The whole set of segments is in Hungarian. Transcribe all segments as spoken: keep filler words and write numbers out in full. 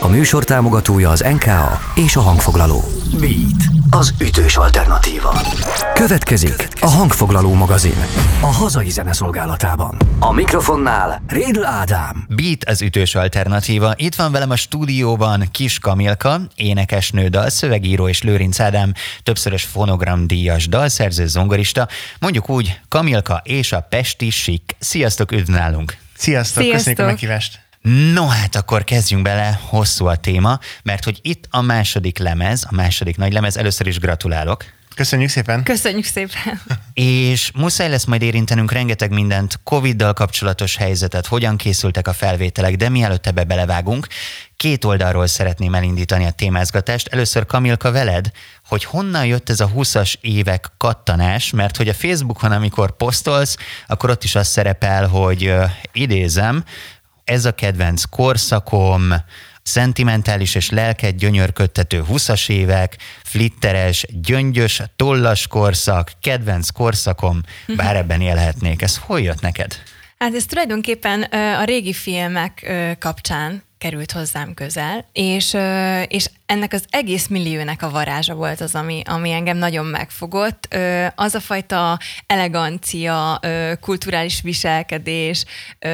A műsor támogatója az en ká á és a hangfoglaló. Beat, az ütős alternatíva. Következik a Hangfoglaló magazin a hazai zeneszolgálatában. A mikrofonnál Rédl Ádám. Beat, az ütős alternatíva. Itt van velem a stúdióban Kis Kamilka, énekesnő, dalszövegíró, és Lőrinc Ádám, többszörös fonogramdíjas dalszerző, zongorista. Mondjuk úgy, Kamilka és a Pesti Sik. Sziasztok, üdv nálunk! Sziasztok, Sziasztok. Köszönjük a meghívást! No hát akkor kezdjünk bele, hosszú a téma, mert hogy itt a második lemez, a második nagy lemez, először is gratulálok. Köszönjük szépen! Köszönjük szépen! És muszáj lesz majd érintenünk rengeteg mindent, Coviddal kapcsolatos helyzetet, hogyan készültek a felvételek, de mielőtt ebbe belevágunk, két oldalról szeretném elindítani a témázgatást. Először Kamilka veled, hogy honnan jött ez a húszas évek kattanás, mert hogy a Facebookon, amikor posztolsz, akkor ott is az szerepel, hogy uh, idézem, ez a kedvenc korszakom, szentimentális és lelket gyönyörködtető húszas évek, flitteres, gyöngyös, tollas korszak, kedvenc korszakom, bár ebben élhetnék. Ez hol jött neked? Hát ez tulajdonképpen a régi filmek kapcsán került hozzám közel, és, és ennek az egész milliónek a varázsa volt az, ami, ami engem nagyon megfogott. Az a fajta elegancia, kulturális viselkedés,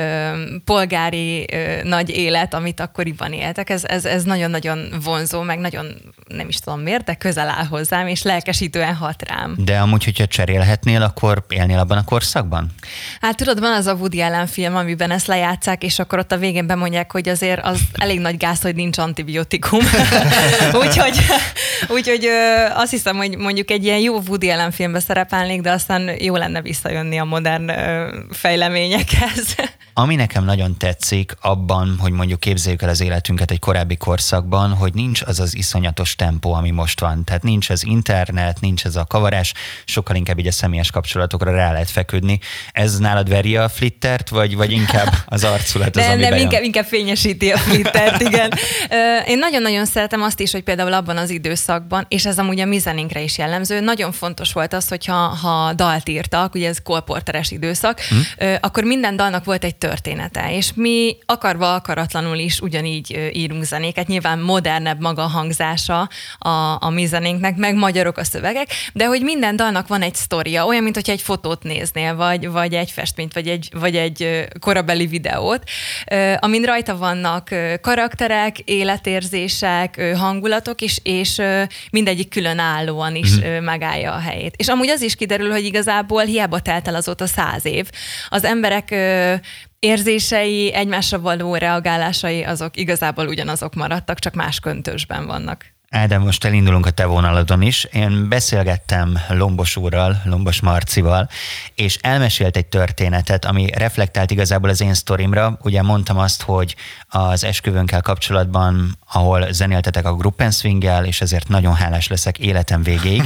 polgári nagy élet, amit akkoriban éltek, ez, ez, ez nagyon-nagyon vonzó, meg nagyon, nem is tudom miért, de közel áll hozzám, és lelkesítően hat rám. De amúgy, hogyha cserélhetnél, akkor élnél abban a korszakban? Hát tudod, van az a Woody Allen film, amiben ezt lejátszák, és akkor ott a végén bemondják, hogy azért az elég nagy gáz, hogy nincs antibiotikum. úgyhogy úgyhogy azt hiszem, hogy mondjuk egy ilyen jó Woody Allen filmbe szerepelnék, de aztán jó lenne visszajönni a modern fejleményekhez. Ami nekem nagyon tetszik abban, hogy mondjuk képzeljük el az életünket egy korábbi korszakban, hogy nincs az az iszonyatos tempó, ami most van. Tehát nincs az internet, nincs ez a kavarás, sokkal inkább így a személyes kapcsolatokra rá lehet feküdni. Ez nálad veri a flittert, vagy, vagy inkább az arculat az, nem, ami nem, bejön? inkább, inkább fényesíti a flittert, igen. Én nagyon-nagyon szeretem azt is, hogy például abban az időszakban, és ez amúgy a mi zenénkre is jellemző, nagyon fontos volt az, hogyha ha dalt írtak, ugye ez kolporteres időszak, hm. akkor minden dalnak volt egy története, és mi akarva akaratlanul is ugyanígy írunk zenéket, nyilván modernebb maga a hangzása a, a mi zenénknek, meg magyarok a szövegek, de hogy minden dalnak van egy sztoria, olyan, mint hogyha egy fotót néznél, vagy, vagy egy festményt, vagy egy, vagy egy korabeli videót, amin rajta vannak karakterek, életérzések, hangulatok is, és mindegyik különállóan is mm. megállja a helyét. És amúgy az is kiderül, hogy igazából hiába telt el azóta száz év. Az emberek érzései, egymásra való reagálásai, azok igazából ugyanazok maradtak, csak más köntösben vannak. Ádám, most elindulunk a te vonaladon is. Én beszélgettem Lombos úrral, Lombos Marcival, és elmesélt egy történetet, ami reflektált igazából az én sztorimra. Ugye mondtam azt, hogy az esküvőnkkel kapcsolatban, ahol zenéltetek a Gruppenswinggel, és ezért nagyon hálás leszek életem végéig,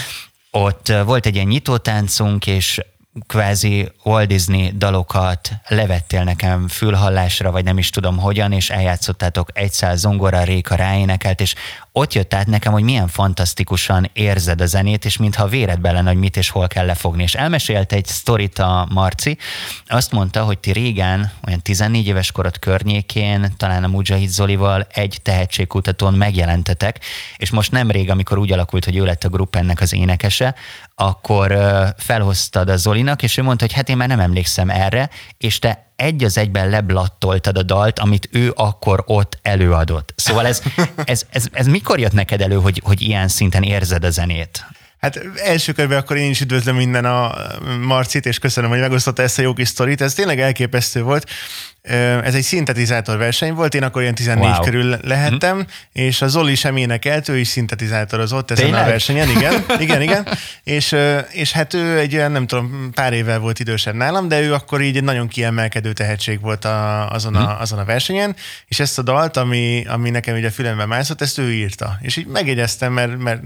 ott volt egy ilyen nyitótáncunk, és kvázi Walt Disney dalokat levettél nekem fülhallásra, vagy nem is tudom hogyan, és eljátszottátok egyszáz zongora, Réka ráénekelt, és ott jött át nekem, hogy milyen fantasztikusan érzed a zenét, és mintha véredben lenne, hogy mit és hol kell lefogni. És elmesélt egy sztorit a Marci, azt mondta, hogy ti régen, olyan tizennégy éves korod környékén, talán a Mujahid Zolival egy tehetségkutatón megjelentetek, és most nemrég, amikor úgy alakult, hogy ő lett a Gruppennek az énekese, akkor uh, felhoztad a Zolinak, és ő mondta, hogy hát én már nem emlékszem erre, és te egy az egyben leblattoltad a dalt, amit ő akkor ott előadott. Szóval ez, ez, ez, ez mikor jött neked elő, hogy, hogy ilyen szinten érzed a zenét? Hát első körben akkor én is üdvözlöm minden a Marcit, és köszönöm, hogy megosztotta ezt a jó kis sztorit. Ez tényleg elképesztő volt. Ez egy szintetizátor verseny volt, én akkor ilyen tizennégy wow. körül lehettem, hm. és a Zoli sem énekelt, ő is szintetizátorozott ezen Tényleg? a versenyen, igen, igen, igen. És, és hát ő egy olyan, nem tudom, pár évvel volt idősebb nálam, de ő akkor így egy nagyon kiemelkedő tehetség volt a, azon, hm. a, azon a versenyen, és ezt a dalt, ami, ami nekem ugye a fülembe mászott, ezt ő írta. És így megjegyeztem, mert, mert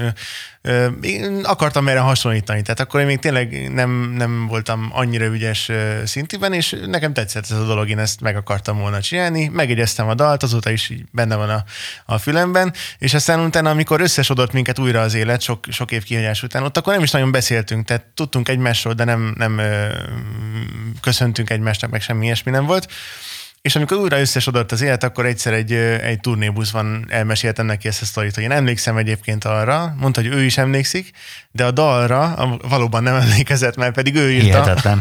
én akartam erre hasonlítani, tehát akkor én még tényleg nem, nem voltam annyira ügyes szintiben, és nekem tetszett ez a dolog, én ezt meg akartam volna csinálni, megjegyeztem a dalt, azóta is így benne van a, a fülemben, és aztán utána, amikor összesodott minket újra az élet, sok, sok év kihagyás után, ott akkor nem is nagyon beszéltünk, tehát tudtunk egymásról, de nem, nem köszöntünk egymásnak, meg semmi ilyesmi nem volt. És amikor újra összesodort az élet, akkor egyszer egy, egy turnébuszban elmeséltem neki ezt a sztorit, hogy én emlékszem egyébként arra, mondta, hogy ő is emlékszik, de a dalra valóban nem emlékezett, mert pedig ő írta. Hihetetlen.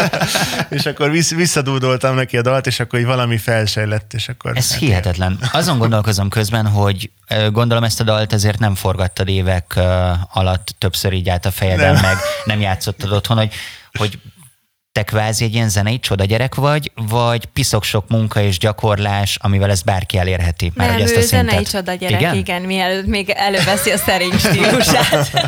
És akkor visszadúdoltam neki a dalt, és akkor így valami felsejlett, és akkor... Ez hát hihetetlen. Ilyen. Azon gondolkozom közben, hogy gondolom ezt a dalt ezért nem forgattad évek alatt többször így át a fejeden, nem. meg nem játszottad otthon, hogy, hogy te kvázi egy ilyen zenei csodagyerek vagy, vagy piszok sok munka és gyakorlás, amivel ezt bárki elérheti? Már nem, ezt a ő szintet. Zenei csodagyerek, igen? igen, mielőtt még előveszi a szerény stílusát.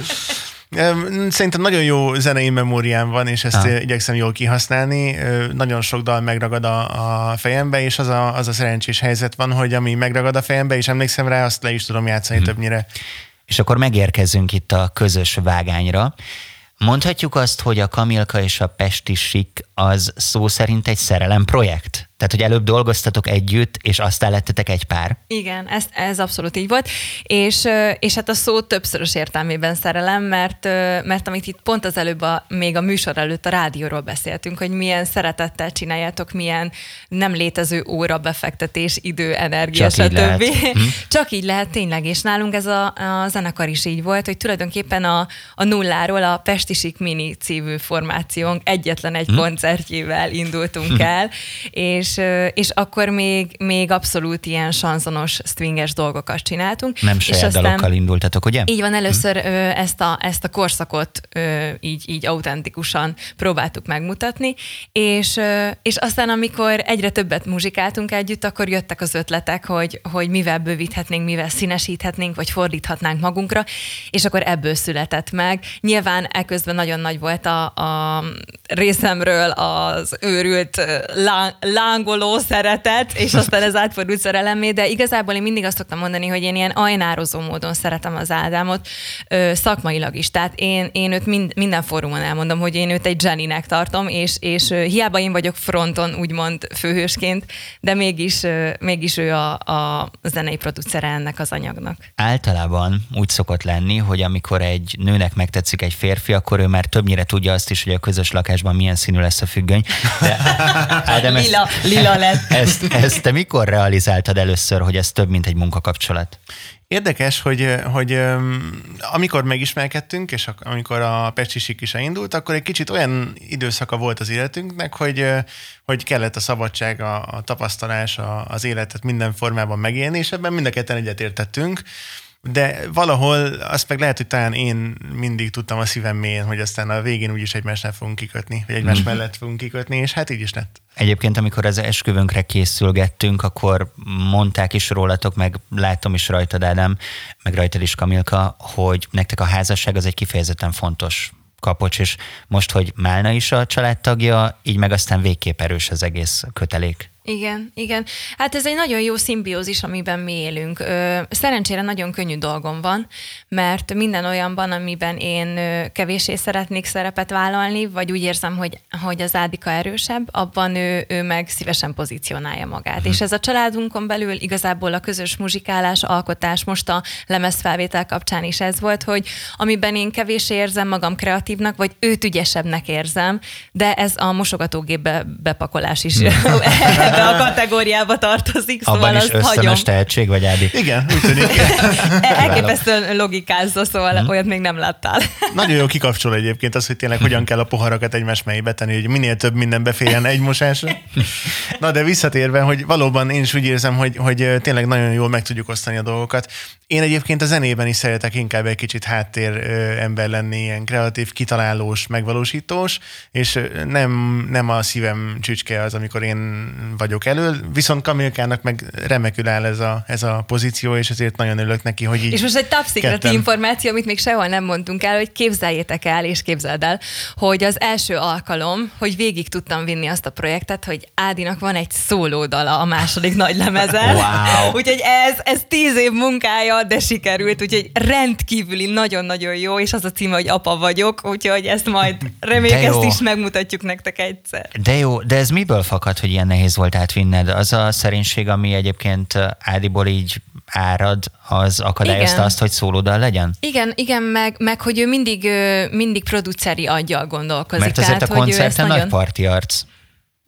Szerintem nagyon jó zenei memóriám van, és ezt ah. igyekszem jól kihasználni. Nagyon sok dal megragad a, a fejembe, és az a, az a szerencsés helyzet van, hogy ami megragad a fejembe, és emlékszem rá, azt le is tudom játszani hmm. többnyire. És akkor megérkezünk itt a közös vágányra. Mondhatjuk azt, hogy a Kamilka és a Pesti Sik az szó szerint egy szerelem projekt? Tehát, hogy előbb dolgoztatok együtt, és aztán lettetek egy pár? Igen, ez, ez abszolút így volt. És, és hát a szó többszörös értelmében szerelem, mert, mert amit itt pont az előbb, a, még a műsor előtt a rádióról beszéltünk, hogy milyen szeretettel csináljátok, milyen nem létező óra befektetés, idő, energia, stb. Hm. Csak így lehet tényleg, és nálunk ez a, a zenekar is így volt, hogy tulajdonképpen a, a nulláról a Pesti Sik Mini című formációnk egyetlen egy hm. koncertjével indultunk hm. el, és És, és akkor még, még abszolút ilyen sanzonos, swinges dolgokat csináltunk. Nem saját dalokkal indultatok, ugye? Így van, először hm. ezt, a, ezt a korszakot így, így autentikusan próbáltuk megmutatni, és, és aztán amikor egyre többet muzsikáltunk együtt, akkor jöttek az ötletek, hogy, hogy mivel bővíthetnénk, mivel színesíthetnénk, vagy fordíthatnánk magunkra, és akkor ebből született meg. Nyilván eközben nagyon nagy volt a, a részemről az őrült láng, lángoló szeretet, és aztán ez átfordult szerelemmé, de igazából én mindig azt szoktam mondani, hogy én ilyen ajnározó módon szeretem az Ádámot, ö, szakmailag is. Tehát én, én őt mind, minden fórumon elmondom, hogy én őt egy Jennynek tartom, és, és hiába én vagyok fronton, úgymond főhősként, de mégis, mégis ő a, a zenei producere ennek az anyagnak. Általában úgy szokott lenni, hogy amikor egy nőnek megtetszik egy férfi, akkor ő már többnyire tudja azt is, hogy a közös lakásban milyen színű lesz a függöny. De Ádám, lila, ezt, lila lett. Ezt, ezt te mikor realizáltad először, hogy ez több, mint egy munkakapcsolat? Érdekes, hogy, hogy amikor megismerkedtünk, és amikor a Pesti Sik is elindult, akkor egy kicsit olyan időszaka volt az életünknek, hogy, hogy kellett a szabadság, a, a tapasztalás, a, az életet minden formában megélni, és ebben mind a ketten egyetértettünk. De valahol azt meg lehet, hogy talán én mindig tudtam a szívem mélyén, hogy aztán a végén úgyis egymásnál fogunk kikötni, vagy egymás mm. mellett fogunk kikötni, és hát így is lett. Egyébként, amikor az esküvőnkre készülgettünk, akkor mondták is rólatok, meg látom is rajtad, Ádám, meg rajtad is, Kamilka, hogy nektek a házasság az egy kifejezetten fontos kapocs, és most, hogy Málna is a családtagja, így meg aztán végképp erős az egész kötelék. Igen, igen. Hát ez egy nagyon jó szimbiózis, amiben mi élünk. Szerencsére nagyon könnyű dolgom van, mert minden olyanban, amiben én kevéssé szeretnék szerepet vállalni, vagy úgy érzem, hogy, hogy az Ádika erősebb, abban ő, ő meg szívesen pozícionálja magát. Hmm. És ez a családunkon belül igazából a közös muzsikálás, alkotás, most a lemezfelvétel kapcsán is ez volt, hogy amiben én kevéssé érzem magam kreatívnak, vagy őt ügyesebbnek érzem, de ez a mosogatógépbe bepakolás is hmm. a kategóriába tartozik, szóval abban azt hagyom. Abban is ösztönös tehetség, vagy, Ádi? Igen, úgy tűnik. Elképesztően logikázza, szóval hmm. olyat még nem láttál. Nagyon jó kikapcsol egyébként az, hogy tényleg hogyan kell a poharakat egymás mellébe tenni, hogy minél több minden beférjen egy mosásra. Na, de visszatérve, hogy valóban én is úgy érzem, hogy, hogy tényleg nagyon jól meg tudjuk osztani a dolgokat. Én egyébként a zenében is szeretek inkább egy kicsit háttér ember lenni, ilyen kreatív, kitalálós, megvalósítós, és nem, nem a szívem csücske az, amikor én vagyok elől, viszont Kamilkának meg remekül áll ez a, ez a pozíció, és ezért nagyon örülök neki, hogy így És most egy top secret információ, amit még sehol nem mondtunk el, hogy képzeljétek el, és képzeld el, hogy az első alkalom, hogy végig tudtam vinni azt a projektet, hogy Ádinak van egy szólódala a második nagy lemezen. Wow. Úgyhogy ez, ez tíz év munkája, de sikerült, úgyhogy rendkívüli, nagyon-nagyon jó, és az a címe, hogy apa vagyok, úgyhogy ezt majd reméljük ezt is megmutatjuk nektek egyszer. De jó, de ez miből fakad, hogy ilyen nehéz volt átvinned? Az a szerénység, ami egyébként Ádiból így árad, az akadályozta igen. azt, hogy szólódal legyen? Igen, igen, meg, meg hogy ő mindig, mindig produceri aggyal gondolkozik. Mert azért tehát, a koncerten nagy nagyon... parti arc.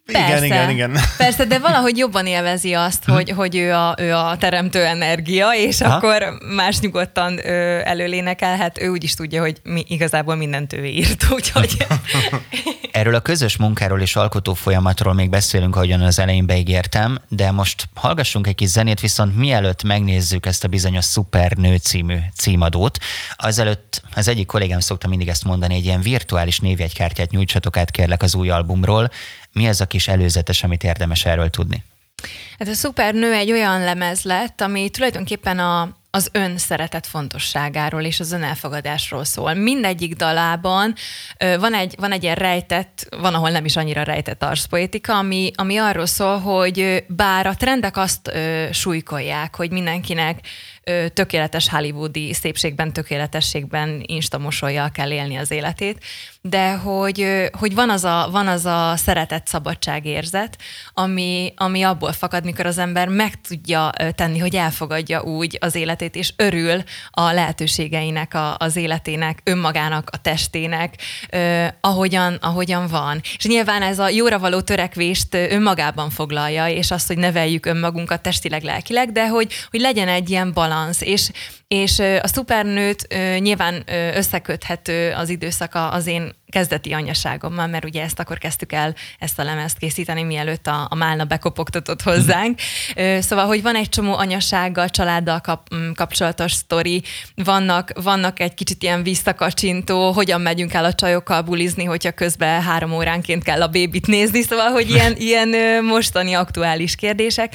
Igen, Persze, igen, igen. Persze, de valahogy jobban élvezi azt, hm. hogy, hogy ő, a, ő a teremtő energia, és ha? akkor más nyugodtan ő előlénekelhet, ő úgy is tudja, hogy mi igazából mindent ő írt, úgyhogy... Erről a közös munkáról és alkotó folyamatról még beszélünk, ahogyan az elején beígértem, de most hallgassunk egy kis zenét, viszont mielőtt megnézzük ezt a bizonyos Szupernő című címadót, azelőtt az egyik kollégám szokta mindig ezt mondani, egy ilyen virtuális névjegykártyát nyújtsatok át kérlek az új albumról. Mi ez a kis előzetes, amit érdemes erről tudni? Hát a Szupernő egy olyan lemez lett, ami tulajdonképpen a az önszeretet fontosságáról és az önelfogadásról szól. Mindegyik dalában van egy, van egy ilyen rejtett, van, ahol nem is annyira rejtett arszpoetika, ami, ami arról szól, hogy bár a trendek azt ö, súlykolják, hogy mindenkinek ö, tökéletes hollywoodi szépségben, tökéletességben, instamosollyal kell élni az életét, de hogy, ö, hogy van, az a, van az a szeretett szabadságérzet, ami, ami abból fakad, mikor az ember meg tudja tenni, hogy elfogadja úgy az életét, és örül a lehetőségeinek, a, az életének, önmagának, a testének, eh, ahogyan, ahogyan van. És nyilván ez a jóra való törekvést önmagában foglalja, és azt, hogy neveljük önmagunkat testileg, lelkileg, de hogy, hogy legyen egy ilyen balansz, és, és a Szupernőt eh, nyilván összeköthető az időszaka az én kezdeti anyaságommal, mert ugye ezt akkor kezdtük el ezt a lemezt készíteni, mielőtt a, a Málna bekopogtatott hozzánk. Szóval, hogy van egy csomó anyasággal, családdal kap, kapcsolatos sztori, vannak, vannak egy kicsit ilyen visszakacsintó, hogyan megyünk el a csajokkal bulizni, hogyha közben három óránként kell a bébit nézni, szóval, hogy ilyen, ilyen mostani aktuális kérdések,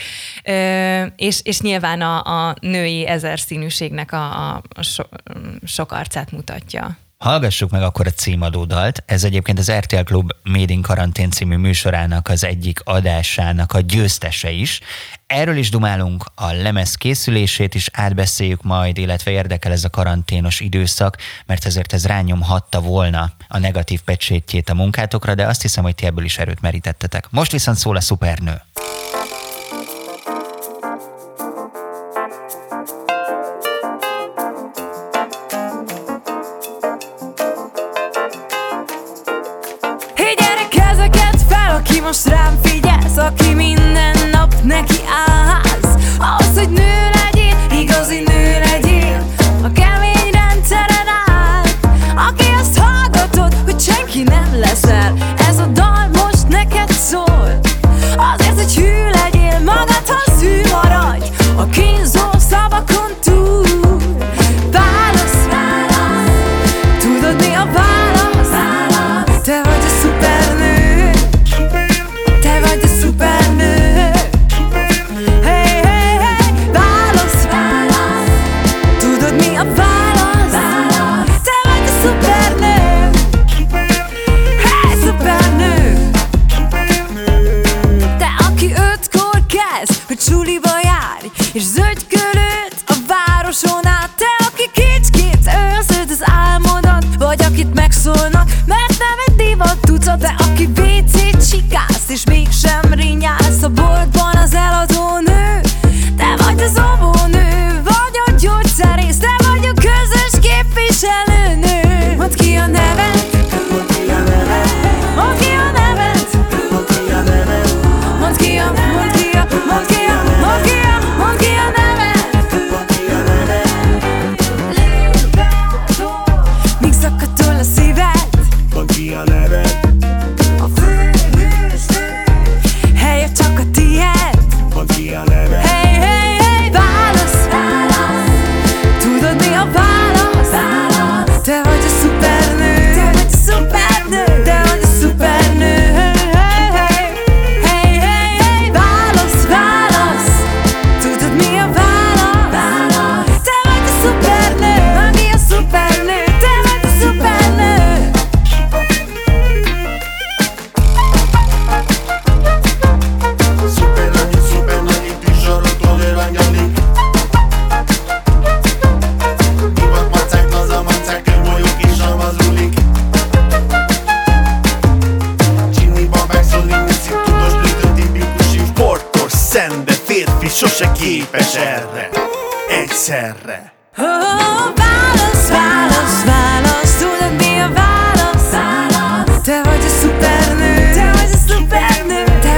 és, és nyilván a, a női ezerszínűségnek a, a so, sok arcát mutatja. Hallgassuk meg akkor a címadó dalt. Ez egyébként az er té el Klub Made in Karantén című műsorának az egyik adásának a győztese is. Erről is dumálunk, a lemez készülését is átbeszéljük majd, illetve érdekel ez a karanténos időszak, mert ezért ez rányomhatta volna a negatív pecsétjét a munkátokra, de azt hiszem, hogy ti ebből is erőt merítettetek. Most viszont szól a Szupernő. Aki most rám figyelsz, aki minden nap neki állsz, ahhoz, hogy nő legyél, igazi nő legyél, a kemény rendszeren át, aki azt hallgatod, hogy senki nem leszel, ez a dal most neked szól, azért, hogy hű legyél, magadhoz hű maradj, a kínzó szavakon túl. Válasz, válasz, tudod mi a válasz? Válasz. Te vagy a szupernő, Szupernő. Hey, hey, hey, válasz, válasz, tudod mi a válasz? Válasz. Te vagy a szupernő. Hey, szupernő. Te, aki ötkor kezd, hogy suliba járj, és zögykölöd a városon át. Te, aki kicskét őrzöd az álmodat, vagy akit megszólnak, mert nem egy divat tucat. Te, aki vécét csikálsz, és mégsem rinyálsz a boltban az eladó nő. Te vagy az óvónő, vagy a gyógyszerész, te vagy a közös képviselőnő. Mondd ki a neved, mondd ki a neved, mondd ki a neved, mondd ki a neved, mondd ki a, mondd ki a, mondd ki a, mondd ki a, mondd ki a neved, mondd ki a neved. Míg szakadtól a szíved, mondd ki a neved. Helye csak a tiéd. Mondd ki a neved. Hey, hey, hey, válasz, válasz, tudod mi a válasz? Válasz. Te vagy a szupernő, te vagy a szupernő, te vagy a szupernő. Hey, hey, hey, hey, hey, válasz, válasz, tudod mi a válasz? Válasz. Te vagy a szupernő, ami a szupernő, te vagy a szupernő. Sose képes erre, egyszerre. Oh, válasz, válasz, válasz, tudod mi a válasz? Válasz. Te vagy a szupernő, te vagy a szupernő, te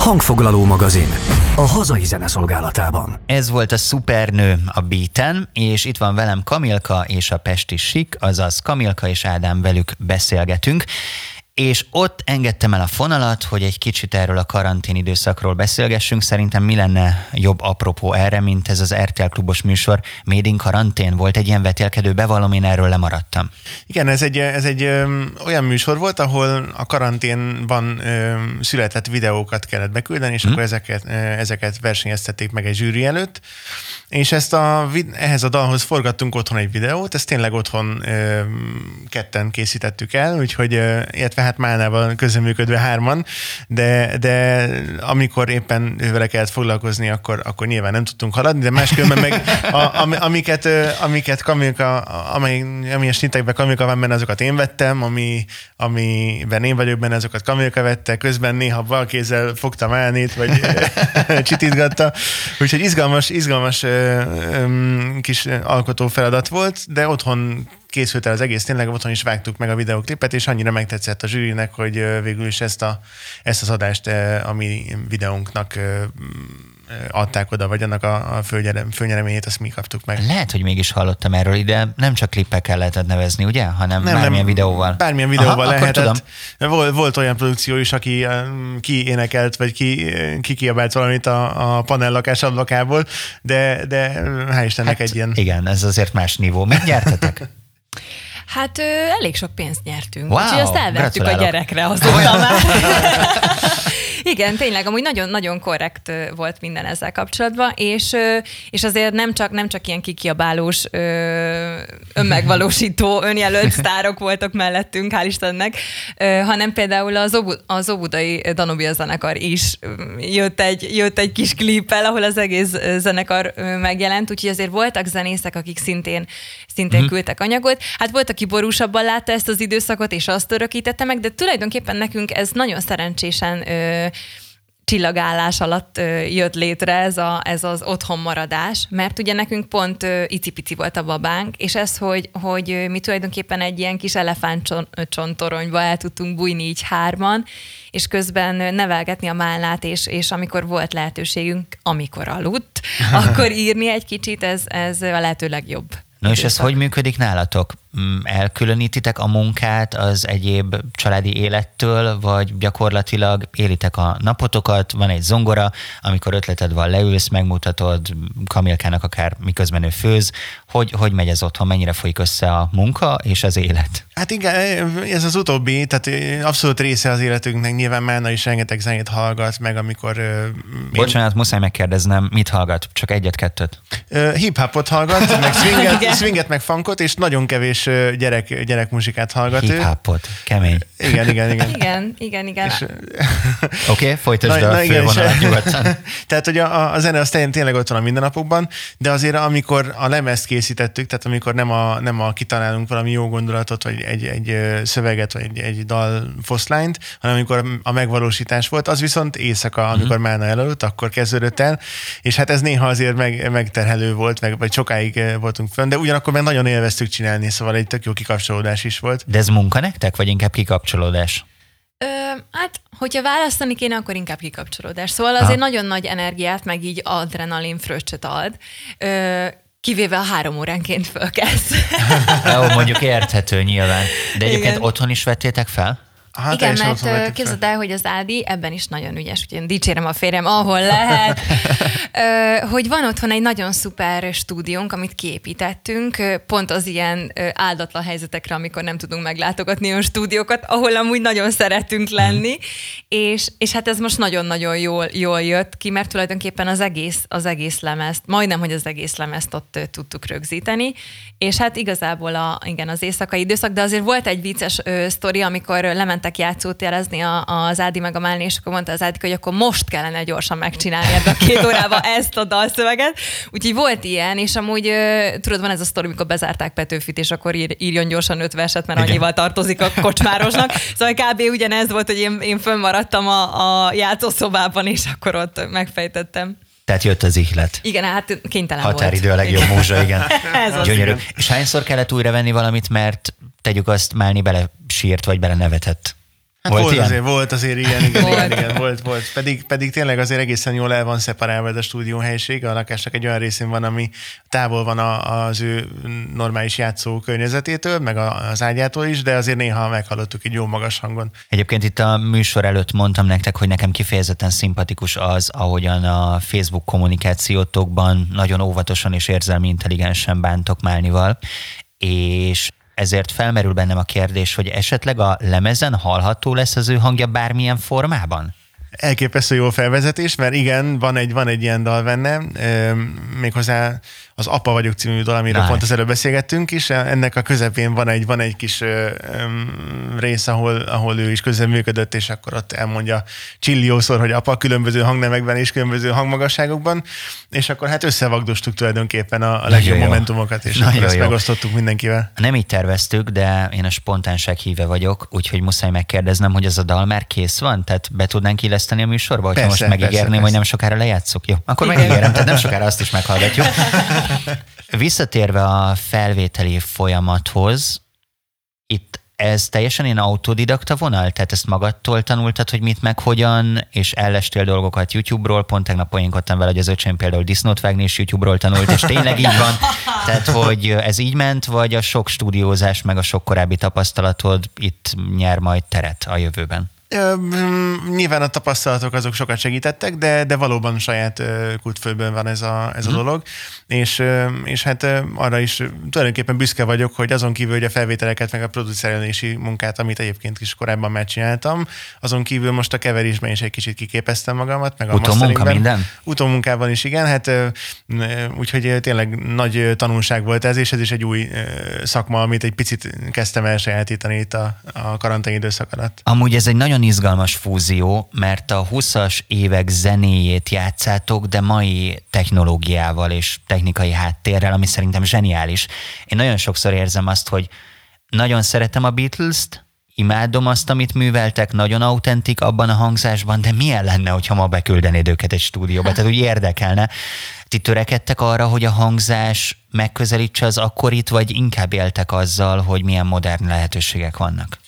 hangfoglaló magazin a hazai zeneszolgálatában. Ez volt a Szupernő a Beaten, és itt van velem Kamilka és a Pesti Sik, azaz Kamilka és Ádám, velük beszélgetünk. És ott engedtem el a fonalat, hogy egy kicsit erről a karantén időszakról beszélgessünk. Szerintem mi lenne jobb apropó erre, mint ez az er té el klubos műsor Made in Karantén. Volt egy ilyen vetélkedő, bevallom, én erről lemaradtam. Igen, ez egy, ez egy ö, olyan műsor volt, ahol a karanténban ö, született videókat kellett beküldeni, és hmm. akkor ezeket, ö, ezeket versenyeztették meg egy zsűri előtt. És ezt a, ehhez a dalhoz forgattunk otthon egy videót, ezt tényleg otthon ö, ketten készítettük el, úgyhogy, ö, illetve hát Málnával közreműködve hárman, de, de amikor éppen ővele kellett foglalkozni, akkor, akkor nyilván nem tudtunk haladni, de máskülönben meg a, am, amiket, ö, amiket Kamilka, amely, amilyen snitekben Kamilka van benne, azokat én vettem, ami, amiben én vagyok benne, azokat Kamilka vette, közben néha balkézzel fogtam Álnét, vagy csitítgatta, úgyhogy izgalmas, izgalmas kis alkotó feladat volt, de otthon készült el az egész, tényleg otthon is vágtuk meg a videóklipet, és annyira megtetszett a zsűrinek, hogy végül is ezt, a, ezt az adást a mi videónknak adták oda, vagy annak a, a főnyereményét, azt mi kaptuk meg. Lehet, hogy mégis hallottam erről ide, nem csak klippekkel lehetett nevezni, ugye? Hanem nem, bármilyen nem, videóval. Bármilyen videóval Aha, lehetett. Volt, volt olyan produkció is, aki ki énekelt, vagy ki, ki kiabált valamit a, a panellakás ablakából, de, de hál' Istennek hát, egy ilyen... Igen, ez azért más nívó. Mit nyertetek? Hát ö, elég sok pénzt nyertünk, wow, úgyhogy azt elvettük a gyerekre azóta már. Igen, tényleg, amúgy nagyon-nagyon korrekt volt minden ezzel kapcsolatban, és, és azért nem csak, nem csak ilyen kikiabálós, önmegvalósító, önjelölt sztárok voltak mellettünk, hál' Istennek, hanem például az, Obu- az Óbudai Danubia zenekar is jött egy, jött egy kis klippel, ahol az egész zenekar megjelent, úgyhogy azért voltak zenészek, akik szintén, szintén hmm. küldtek anyagot. Hát volt, aki borúsabban látta ezt az időszakot, és azt örökítette meg, de tulajdonképpen nekünk ez nagyon szerencsésen ö, csillagállás alatt ö, jött létre ez, a, ez az otthonmaradás, mert ugye nekünk pont ö, icipici volt a babánk, és ez, hogy, hogy ö, mi tulajdonképpen egy ilyen kis elefántcsontoronyba el tudtunk bújni így hárman, és közben ö, nevelgetni a Málnát, és, és amikor volt lehetőségünk, amikor aludt, akkor írni egy kicsit, ez, ez a lehető legjobb. No és ez hogy működik nálatok? Elkülönítitek a munkát az egyéb családi élettől, vagy gyakorlatilag élitek a napotokat, van egy zongora, amikor ötleted van, leülsz, megmutatod Kamilkának akár miközben ő főz, hogy, hogy megy ez otthon, mennyire folyik össze a munka és az élet? Hát igen, ez az utóbbi, tehát abszolút része az életünknek, nyilván Málna is rengeteg zenét hallgat, meg amikor... Én... Bocsánat, muszáj megkérdeznem, mit hallgat? Csak egyet-kettőt? Hip-hopot hallgat, meg swinget, swinget, meg funkot, és nagyon kevés gyerek, gyerekmuzsikát hallgat ő. Hip-hopot, kemény. Igen, igen, igen. Igen, igen, igen. Oké, okay, folytasd a fővonalat nyugodtan. Tehát, hogy a, a zene az tényleg ott van a mindennapokban, de azért amikor a lemezt készítettük, tehát amikor nem a, nem a kitalálunk valami jó gondolatot, vagy egy, egy szöveget, vagy egy, egy dal foszlányt, hanem amikor a megvalósítás volt, az viszont éjszaka, amikor mm-hmm. Málna elaludt, akkor kezdődött el, és hát ez néha azért meg, megterhelő volt, meg, vagy sokáig voltunk fönn, de ugyanakkor meg nagyon élveztük csinálni, szóval egy tök jó kikapcsolódás is volt. De ez munka nektek, vagy inkább kikapcsolódás? Ö, hát, hogyha választani kéne, akkor inkább kikapcsolódás. Szóval azért ha. nagyon nagy energiát, meg így adrenalin fröccsöt ad. Ö, Kivéve a három óránként fölkezd. Jó, mondjuk érthető nyilván. De egyébként Igen. otthon is vettétek fel? Hát igen, mert képzeld el, hogy az Ádi ebben is nagyon ügyes, úgyhogy én dicsérem a férjem, ahol lehet, hogy van otthon egy nagyon szuper stúdiónk, amit kiépítettünk, pont az ilyen áldatlan helyzetekre, amikor nem tudunk meglátogatni olyan stúdiókat, ahol amúgy nagyon szeretünk lenni, mm. és, és hát ez most nagyon-nagyon jól, jól jött ki, mert tulajdonképpen az egész, az egész lemezt, majdnem, hogy az egész lemezt ott tudtuk rögzíteni, és hát igazából a, igen, az éjszakai időszak, de azért volt egy vicces ö, sztori, amikor lementek játszót jelezni a, az Ádi meg a Málni, és akkor mondta az Ádi, hogy akkor most kellene gyorsan megcsinálni ebbe a két órába ezt a dalszöveget. Úgyhogy volt ilyen, és amúgy tudod, van ez a sztori, amikor bezárták Petőfit, és akkor ír, írjon gyorsan öt verset, mert Igen. annyival tartozik a kocsmárosnak. Szóval kb. Ugyanez volt, hogy én, én fönnmaradtam a, a játszószobában, és akkor ott megfejtettem. Tehát jött az ihlet. Igen, hát kénytelen Határidő volt. Határidő a legjobb múzsa, igen. Ez Gyönyörű. Az, és hányszor kellett újra venni valamit, mert tegyük azt, Málni bele sírt, vagy bele nevetett? Volt, volt ilyen? azért, volt azért ilyen, igen, igen, igen, volt, volt. Pedig, pedig tényleg azért egészen jól el van szeparálva ez a stúdió helység. A lakásnak egy olyan részén van, ami távol van a, az ő normális játszó környezetétől, meg az ágyától is, de azért néha meghallottuk egy jó magas hangon. Egyébként itt a műsor előtt mondtam nektek, hogy nekem kifejezetten szimpatikus az, ahogyan a Facebook kommunikációtokban nagyon óvatosan és érzelmi intelligensen bántok Málnival, és ezért felmerül bennem a kérdés, hogy esetleg a lemezen hallható lesz az ő hangja bármilyen formában? Elképesztő jó felvezetés, mert igen, van egy, van egy ilyen dal benne, méghozzá az Apa vagyok című dal, amiről nice. Pont az előbb beszélgettünk is. Ennek a közepén van egy, van egy kis rész, ahol, ahol ő is közreműködött, és akkor ott elmondja csilliószor, hogy apa, különböző hangnemekben és különböző hangmagasságokban, és akkor hát összevagdostuk tulajdonképpen a, a legjobb jó. momentumokat, és nagyon akkor ezt jó. megosztottuk mindenkivel. Nem így terveztük, de én a spontánság híve vagyok, úgyhogy muszáj megkérdeznem, hogy ez a dal már kész van? Tehát be tudnánk illeszteni a műsorba, hogyha persze, most megígérném, persze, hogy persze. nem sokára lejátszuk? Jó, akkor igen. megígérem, tehát nem sokára azt is meghallgatjuk. Visszatérve a felvételi folyamathoz, itt ez teljesen ilyen autodidakta vonal? Tehát ezt magadtól tanultad, hogy mit meg hogyan, és ellestél dolgokat YouTube-ról, pont tegnap poénkodtam vele, hogy az öcsém például disznót vágni is YouTube-ról tanult, és tényleg így van. Tehát, hogy ez így ment, vagy a sok stúdiózás, meg a sok korábbi tapasztalatod itt nyer majd teret a jövőben? Nyilván a tapasztalatok azok sokat segítettek, de, de valóban saját kútfőből van ez a, ez a dolog, és, és hát arra is tulajdonképpen büszke vagyok, hogy azon kívül, hogy a felvételeket, meg a producerelési munkát, amit egyébként is korábban már csináltam, azon kívül most a keverésben is egy kicsit kiképeztem magamat, meg a utómunka minden? Utómunkában is, igen, hát úgyhogy tényleg nagy tanulság volt ez, és ez is egy új szakma, amit egy picit kezdtem elsajátítani itt a, a karantén időszak alatt. Amúgy ez egy nagyon izgalmas fúzió, mert a huszas évek zenéjét játszátok, de mai technológiával és technikai háttérrel, ami szerintem zseniális. Én nagyon sokszor érzem azt, hogy nagyon szeretem a Beatles-t, imádom azt, amit műveltek, nagyon autentik abban a hangzásban, de milyen lenne, hogyha ma beküldenéd őket egy stúdióba? Tehát úgy érdekelne. Ti törekedtek arra, hogy a hangzás megközelítse az akkorit, vagy inkább éltek azzal, hogy milyen modern lehetőségek vannak?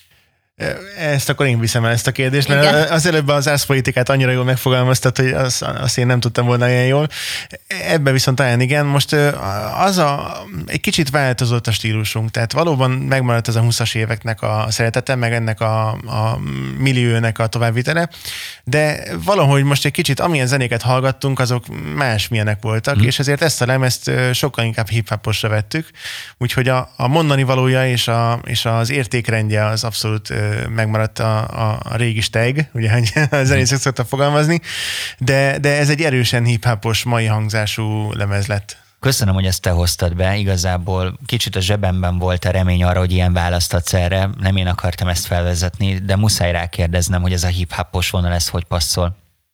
Ezt akkor én viszem el ezt a kérdést, mert igen. az előbb az árszpolitikát annyira jól megfogalmaztat, hogy azt, azt én nem tudtam volna ilyen jól. Ebben viszont talán igen. Most az a, egy kicsit változott a stílusunk, tehát valóban megmaradt ez a huszas éveknek a szeretete, meg ennek a, a milliónek a továbbvitele, de valahogy most egy kicsit amilyen zenéket hallgattunk, azok másmilyenek voltak, mm. és ezért ezt a lemezt sokkal inkább hip-hoposra vettük, úgyhogy a, a mondani valója és, a, és az értékrendje az abszolút megmaradt a, a, a régi steg, ugye a zenészek szoktak fogalmazni, de, de ez egy erősen hip-hopos, mai hangzású lemez lett. Köszönöm, hogy ezt te hoztad be. Igazából kicsit a zsebemben volt a remény arra, hogy ilyen választ adsz erre. Nem én akartam ezt felvezetni, de muszáj rákérdeznem, hogy ez a hip-hopos vonal, ez hogy passzol?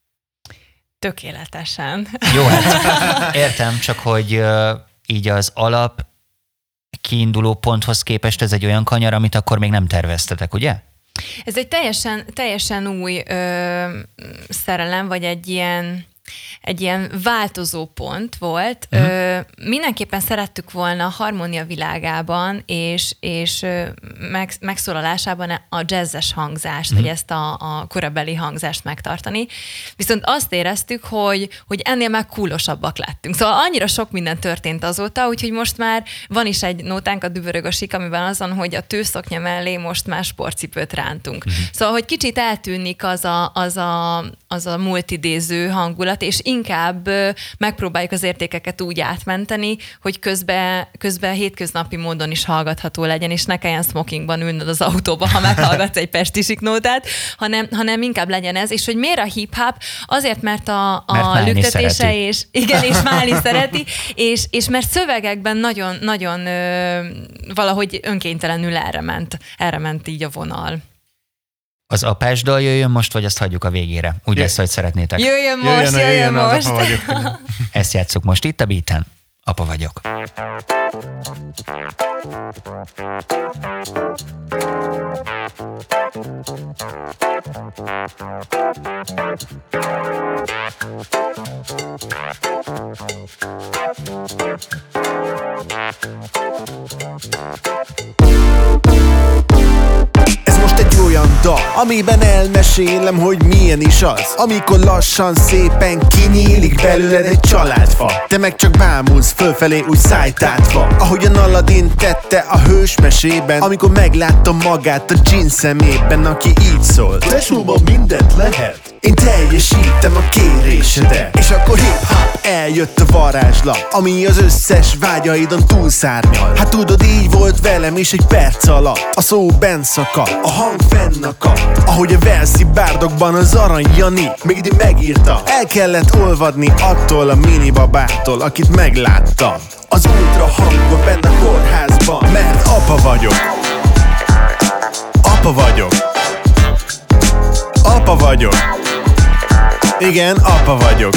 Tökéletesen. Jó, hát értem, csak hogy uh, így az alap kiinduló ponthoz képest ez egy olyan kanyar, amit akkor még nem terveztetek, ugye? Ez egy teljesen, teljesen új ö, szerelem, vagy egy ilyen, egy ilyen változó pont volt. Uh-huh. Ö, mindenképpen szerettük volna a harmónia világában és, és meg, megszólalásában a jazzes hangzást, uh-huh. vagy ezt a, a korabeli hangzást megtartani. Viszont azt éreztük, hogy, hogy ennél már coolosabbak lettünk. Szóval annyira sok minden történt azóta, úgyhogy most már van is egy nótánk, a Dübörög a sík, amiben azon, hogy a tőszoknya mellé most már sportcipőt rántunk. Uh-huh. Szóval, hogy kicsit eltűnik az a, az a, az a multidéző hangulat, és inkább megpróbáljuk az értékeket úgy átmenteni, hogy közben, közben hétköznapi módon is hallgatható legyen, és ne kelljen smokingban ülnöd az autóba, ha meghallgatsz egy pesti siknótát, hanem, hanem inkább legyen ez. És hogy miért a hip-hop? Azért, mert a, a mert lüktetése szereti. és igen, és Máli szereti, és, és mert szövegekben nagyon, nagyon ö, valahogy önkéntelenül erre ment, erre ment így a vonal. Az apás dal jöjjön most, vagy azt hagyjuk a végére? Úgy lesz, hogy szeretnétek. Jöjjön most, jöjjön, jöjjön, jöjjön most. Ezt játsszuk most itt a Beaten. Apa vagyok. Ez Ez most egy olyan dal, amiben elmesélem, hogy milyen is az, amikor lassan szépen kinyílik belőled egy családfa. Te meg csak bámulsz fölfelé úgy szájtátva, ahogyan Aladdin tette a hősmesében, amikor meglátta magát a dzsinn szemében, aki így szólt: tesóban mindent lehet, én teljesítem a kérésedet. És akkor hip-hop eljött a varázslat, ami az összes vágyaidon túlszárnyal. Hát tudod, így volt velem is egy perc alatt. A szó benn szakad, a hang fennakad, ahogy a Velszi bárdokban az Arany Jani még idén megírta. El kellett olvadni attól a minibabától, akit megláttam az ultra hangon benne a kórházban. Mert apa vagyok, apa vagyok, apa vagyok. Igen, apa vagyok,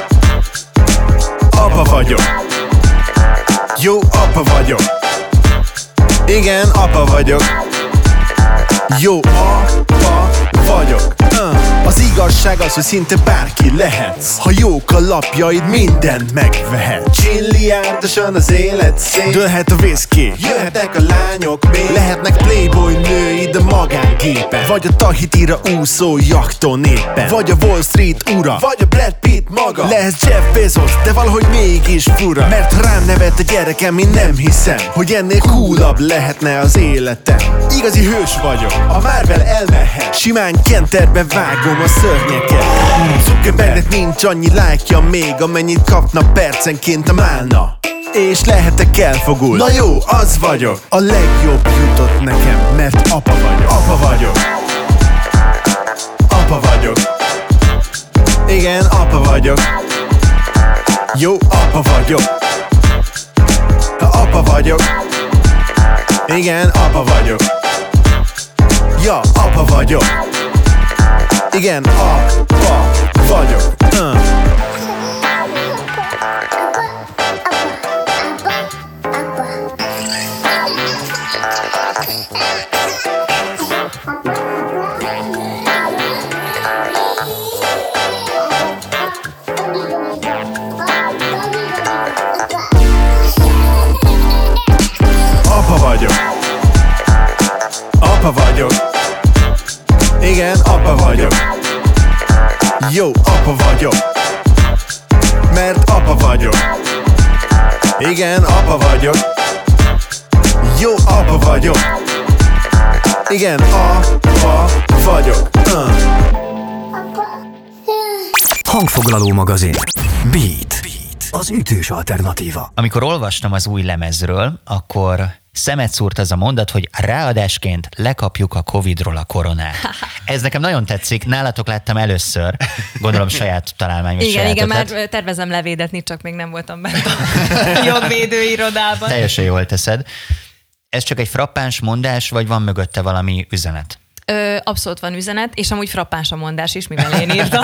apa vagyok. Jó, apa vagyok. Igen, apa vagyok. Jó, apa vagyok. uh. Az igazság az, hogy szinte bárki lehetsz, ha jók a lapjaid, mindent megvehet. Csilliárdosan az élet szép, dőlhet a whisky, jöhetek a lányok még, lehetnek playboy nőid a magángépen, vagy a Tahitira úszó jakton éppen, vagy a Wall Street ura, vagy a Brad Pitt maga. Lehetsz Jeff Bezos, de valahogy mégis fura, mert rám nevet a gyerekem, én nem hiszem, hogy ennél coolabb lehetne az életem. Igazi hős vagyok, a Marvel elmehet, simán kenterbe vágom a szörnyeket. Zuckerbergnek nincs annyi lájkja még, amennyit kapna percenként a málna. És lehetek elfogult, na jó, az vagyok. A legjobb jutott nekem, mert apa vagyok. Apa vagyok, apa vagyok. Igen, apa vagyok. Jó, apa vagyok. Apa vagyok. Igen, apa vagyok. Ja, apa vagyok. Igen, apa vagyok. uh. Apa vagyok. Apa vagyok. Igen, apa vagyok. Jó, apa vagyok. Mert apa vagyok. Igen, apa vagyok. Jó, apa vagyok. Igen, apa vagyok. uh. Hangfoglaló magazin. Beat. Az ütős alternatíva. Amikor olvastam az új lemezről, akkor szemet szúrt az a mondat, hogy ráadásként lekapjuk a Covidról a koronát. Ez nekem nagyon tetszik, nálatok láttam először, gondolom saját találmány. Igen, saját igen, ötlet. már tervezem levédetni, csak még nem voltam bent a jogvédőirodában. Teljesen jól teszed. Ez csak egy frappáns mondás, vagy van mögötte valami üzenet? Ö, abszolút van üzenet, és amúgy frappáns a mondás is, mivel én írtam.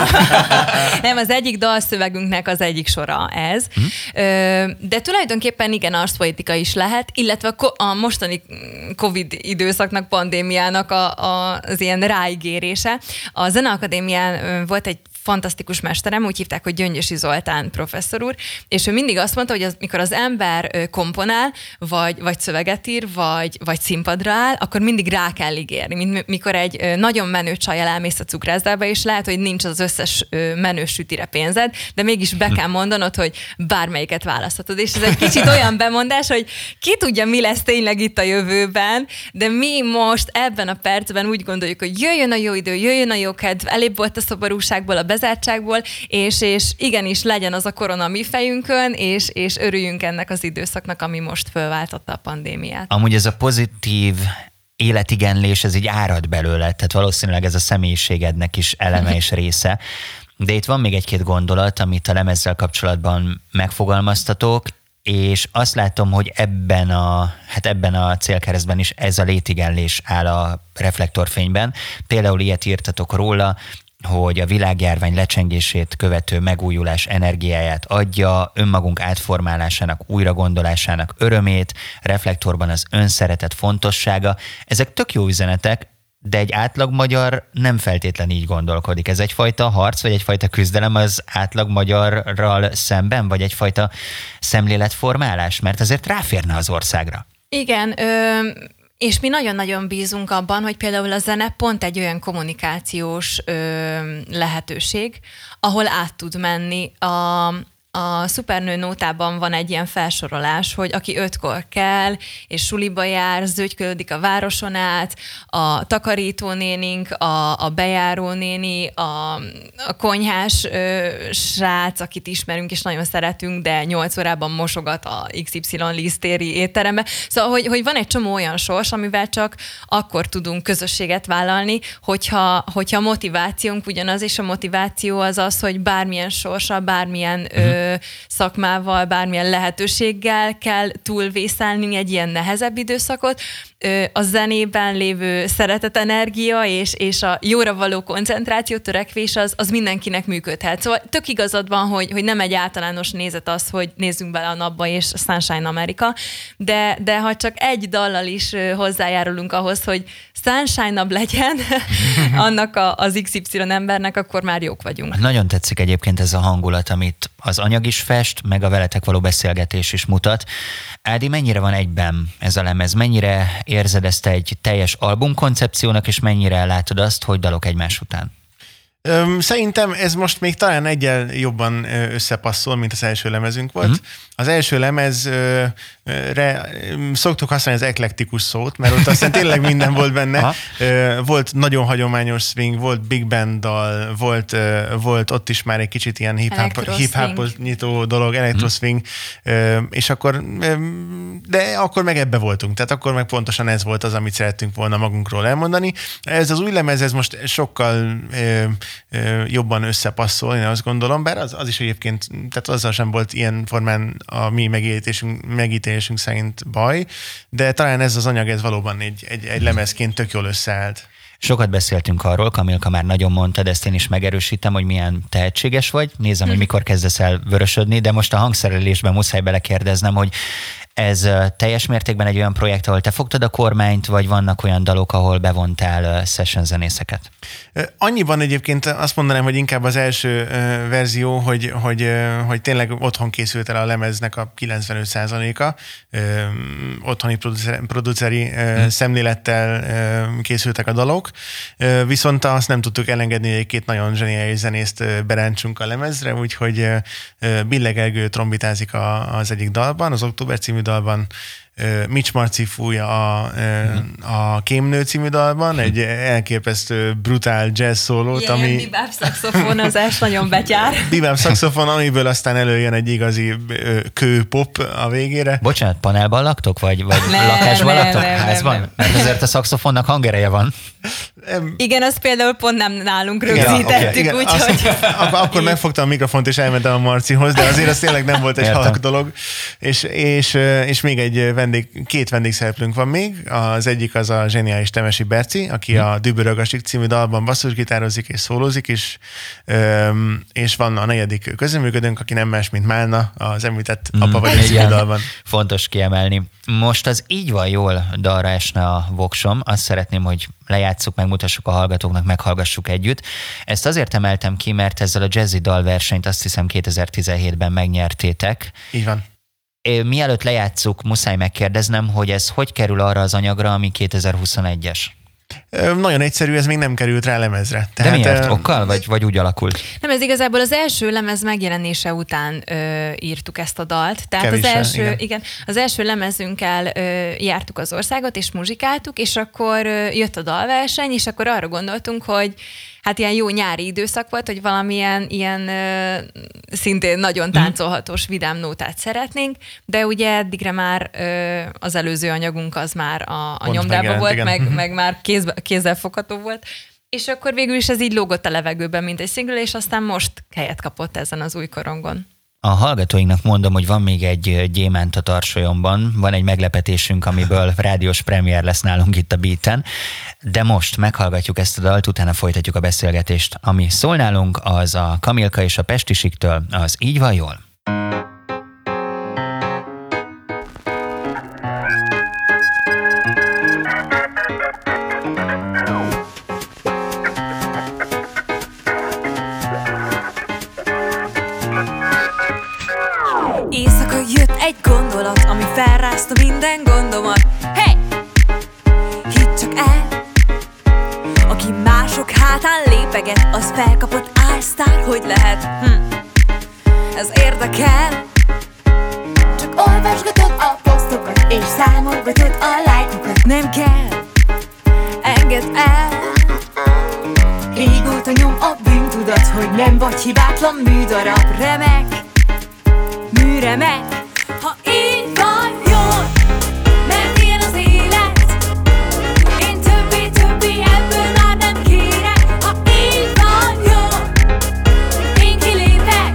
Nem, az egyik dalszövegünknek az egyik sora ez. Hm. Ö, de tulajdonképpen igen, arszpoetika is lehet, illetve a mostani Covid időszaknak, pandémiának a, a, az ilyen ráigérése. A Zeneakadémián volt egy fantasztikus mesterem, úgy hívták, hogy Gyöngyösi Zoltán professzor úr, és ő mindig azt mondta, hogy az, mikor az ember komponál, vagy, vagy szöveget ír, vagy, vagy színpadra áll, akkor mindig rá kell ígérni. Mint mikor egy nagyon menő csajjal elmész a cukrászdába, és lehet, hogy nincs az összes menő sütire pénzed, de mégis be kell mondanod, hogy bármelyiket választhatod. És ez egy kicsit olyan bemondás, hogy ki tudja, mi lesz tényleg itt a jövőben, de mi most ebben a percben úgy gondoljuk, hogy jöjjön a jó idő, jöjjön a jó kedv, elébb volt a szoborúságból, a bezártságból, és, és igenis legyen az a korona a mi fejünkön, és, és örüljünk ennek az időszaknak, ami most fölváltotta a pandémiát. Amúgy ez a pozitív életigenlés, ez így árad belőle, tehát valószínűleg ez a személyiségednek is eleme és része. De itt van még egy-két gondolat, amit a lemezzel kapcsolatban megfogalmaztatok, és azt látom, hogy ebben a, hát ebben a célkeresztben is ez a létigenlés áll a reflektorfényben. Például ilyet írtatok róla, hogy a világjárvány lecsengését követő megújulás energiáját adja, önmagunk átformálásának, újragondolásának örömét, reflektorban az önszeretet fontossága. Ezek tök jó üzenetek, de egy átlag magyar nem feltétlen így gondolkodik. Ez egyfajta harc, vagy egyfajta küzdelem az átlag magyarral szemben, vagy egyfajta szemléletformálás, mert azért ráférne az országra. Igen, ö- És mi nagyon-nagyon bízunk abban, hogy például a zene pont egy olyan kommunikációs ö, lehetőség, ahol át tud menni a... A Szupernő nótában van egy ilyen felsorolás, hogy aki ötkor kell, és suliba jár, zögykölődik a városon át, a takarítónénink, a, a bejárónéni, a, a konyhás ö, srác, akit ismerünk és nagyon szeretünk, de nyolc órában mosogat a iksz ipszilon lisztéri étterembe. Szóval, hogy, hogy van egy csomó olyan sors, amivel csak akkor tudunk közösséget vállalni, hogyha, hogyha a motivációnk ugyanaz, és a motiváció az az, hogy bármilyen sorsa, bármilyen ö, szakmával, bármilyen lehetőséggel kell túlvészelni egy ilyen nehezebb időszakot. A zenében lévő szeretetenergia és, és a jóra való koncentráció, törekvés az, az mindenkinek működhet. Szóval tök igazad van, hogy, hogy nem egy általános nézet az, hogy nézzünk bele a napba és Sunshine America, de, de ha csak egy dallal is hozzájárulunk ahhoz, hogy sunshine-nabb legyen annak a, az iksz ipszilon embernek, akkor már jók vagyunk. Nagyon tetszik egyébként ez a hangulat, amit az anyag is fest, meg a veletek való beszélgetés is mutat. Ádi, mennyire van egyben ez a lemez? Mennyire érzed ezt egy teljes albumkoncepciónak, és mennyire látod azt, hogy dalok egymás után? Szerintem ez most még talán egyel jobban összepasszol, mint az első lemezünk volt. Mm-hmm. Az első lemezre szoktuk használni az eklektikus szót, mert ott aztán tényleg minden volt benne. Aha. Volt nagyon hagyományos swing, volt big band dal, volt, volt ott is már egy kicsit ilyen hip-hopos nyitó dolog, elektroswing, mm-hmm. és akkor, de akkor meg ebbe voltunk, tehát akkor meg pontosan ez volt az, amit szerettünk volna magunkról elmondani. Ez az új lemez, ez most sokkal jobban összepasszol, én azt gondolom, bár az, az is egyébként, tehát azzal sem volt ilyen formán a mi megítélésünk, megítélésünk szerint baj, de talán ez az anyag, ez valóban egy, egy, egy lemezként tök jól összeállt. Sokat beszéltünk arról, Kamilka már nagyon mondta, de ezt én is megerősítem, hogy milyen tehetséges vagy. Nézem, hogy mikor kezdesz el vörösödni, de most a hangszerelésben muszáj belekérdeznem, hogy ez teljes mértékben egy olyan projekt, ahol te fogtad a kormányt, vagy vannak olyan dalok, ahol bevontál session zenészeket? Annyiban egyébként azt mondanám, hogy inkább az első verzió, hogy, hogy, hogy tényleg otthon készült el a lemeznek a kilencvenöt százaléka. Otthoni produceri hmm. szemlélettel készültek a dalok, viszont azt nem tudtuk elengedni, hogy egy-két nagyon zseniális zenészt berántsunk a lemezre, úgyhogy Bille Gergő trombitázik az egyik dalban, az Október című dalban, Mitch Marci fújja a, a Kémnő című dalban, egy elképesztő brutál jazz szólót, ilyen, ami... Ilyen bebop szaxofonozás nagyon betyár. Bebop szaxofon, amiből aztán előjön egy igazi kőpop a végére. Bocsánat, panelban laktok, vagy, vagy nem, lakásban nem, laktok? Nem, Házban? nem, nem. Mert azért a szaxofonnak hangereje van. Igen, az például pont nem nálunk rögzítettük, ja, okay. úgyhogy... Akkor, akkor megfogtam a mikrofont, és elmentem a Marcihoz, de azért az tényleg nem volt egy halk dolog. És, és, és még egy vendég, két vendégszereplőnk van még. Az egyik az a zseniális Temesi Berci, aki hmm. a Dübörög a Sik című dalban basszusgitározik és szólózik is, és van a negyedik közreműködőnk, aki nem más, mint Málna, az említett hmm. Apa vagy című dalban. Fontos kiemelni. Most az Így van jól dalra esne a voksom. Azt szeretném, hogy lejátsszuk, megmutassuk a hallgatóknak, meghallgassuk együtt. Ezt azért emeltem ki, mert ezzel a jazzy dalversenyt azt hiszem kétezer-tizenhétben megnyertétek. Így van. Mielőtt lejátsszuk, muszáj megkérdeznem, hogy ez hogy kerül arra az anyagra, ami kétezer-huszonegyes? Nagyon egyszerű, ez még nem került rá lemezre. Tehát, de miért? Okkal? Vagy, vagy úgy alakult? Nem, ez igazából az első lemez megjelenése után ö, írtuk ezt a dalt. Tehát Kevésen, az első, igen. igen, az első lemezünkkel ö, jártuk az országot, és muzsikáltuk, és akkor ö, jött a dalverseny, és akkor arra gondoltunk, hogy hát ilyen jó nyári időszak volt, hogy valamilyen ilyen ö, szintén nagyon táncolhatós, vidám nótát szeretnénk, de ugye eddigre már ö, az előző anyagunk az már a, a nyomdában volt, meg, meg már kézbe, kézzel fogható volt, és akkor végül is ez így lógott a levegőben, mint egy single, és aztán most helyet kapott ezen az új korongon. A hallgatóinknak mondom, hogy van még egy gyémánt a tarsolyomban, van egy meglepetésünk, amiből rádiós premier lesz nálunk itt a Beaten, de most meghallgatjuk ezt a dalt, utána folytatjuk a beszélgetést. Ami szól nálunk, az a Kamilka és a Pestisiktől, az Így van jól. Éjszaka jött egy gondolat, ami felrázta minden gondomat. Hey! Tippeket, az felkapott álsztár, hogy lehet? Hm. Ez érdekel. Csak olvasgatod a posztokat, és számolgatod a lájkokat. Nem kell, engedd el. Régóta nyom a bűntudat, hogy nem vagy hibátlan műdarab. Remek, műremek. Ha így van, jól, mert ilyen az élet. Én többé, többé ebből már nem kérek. Ha így van, jól, én kilépek.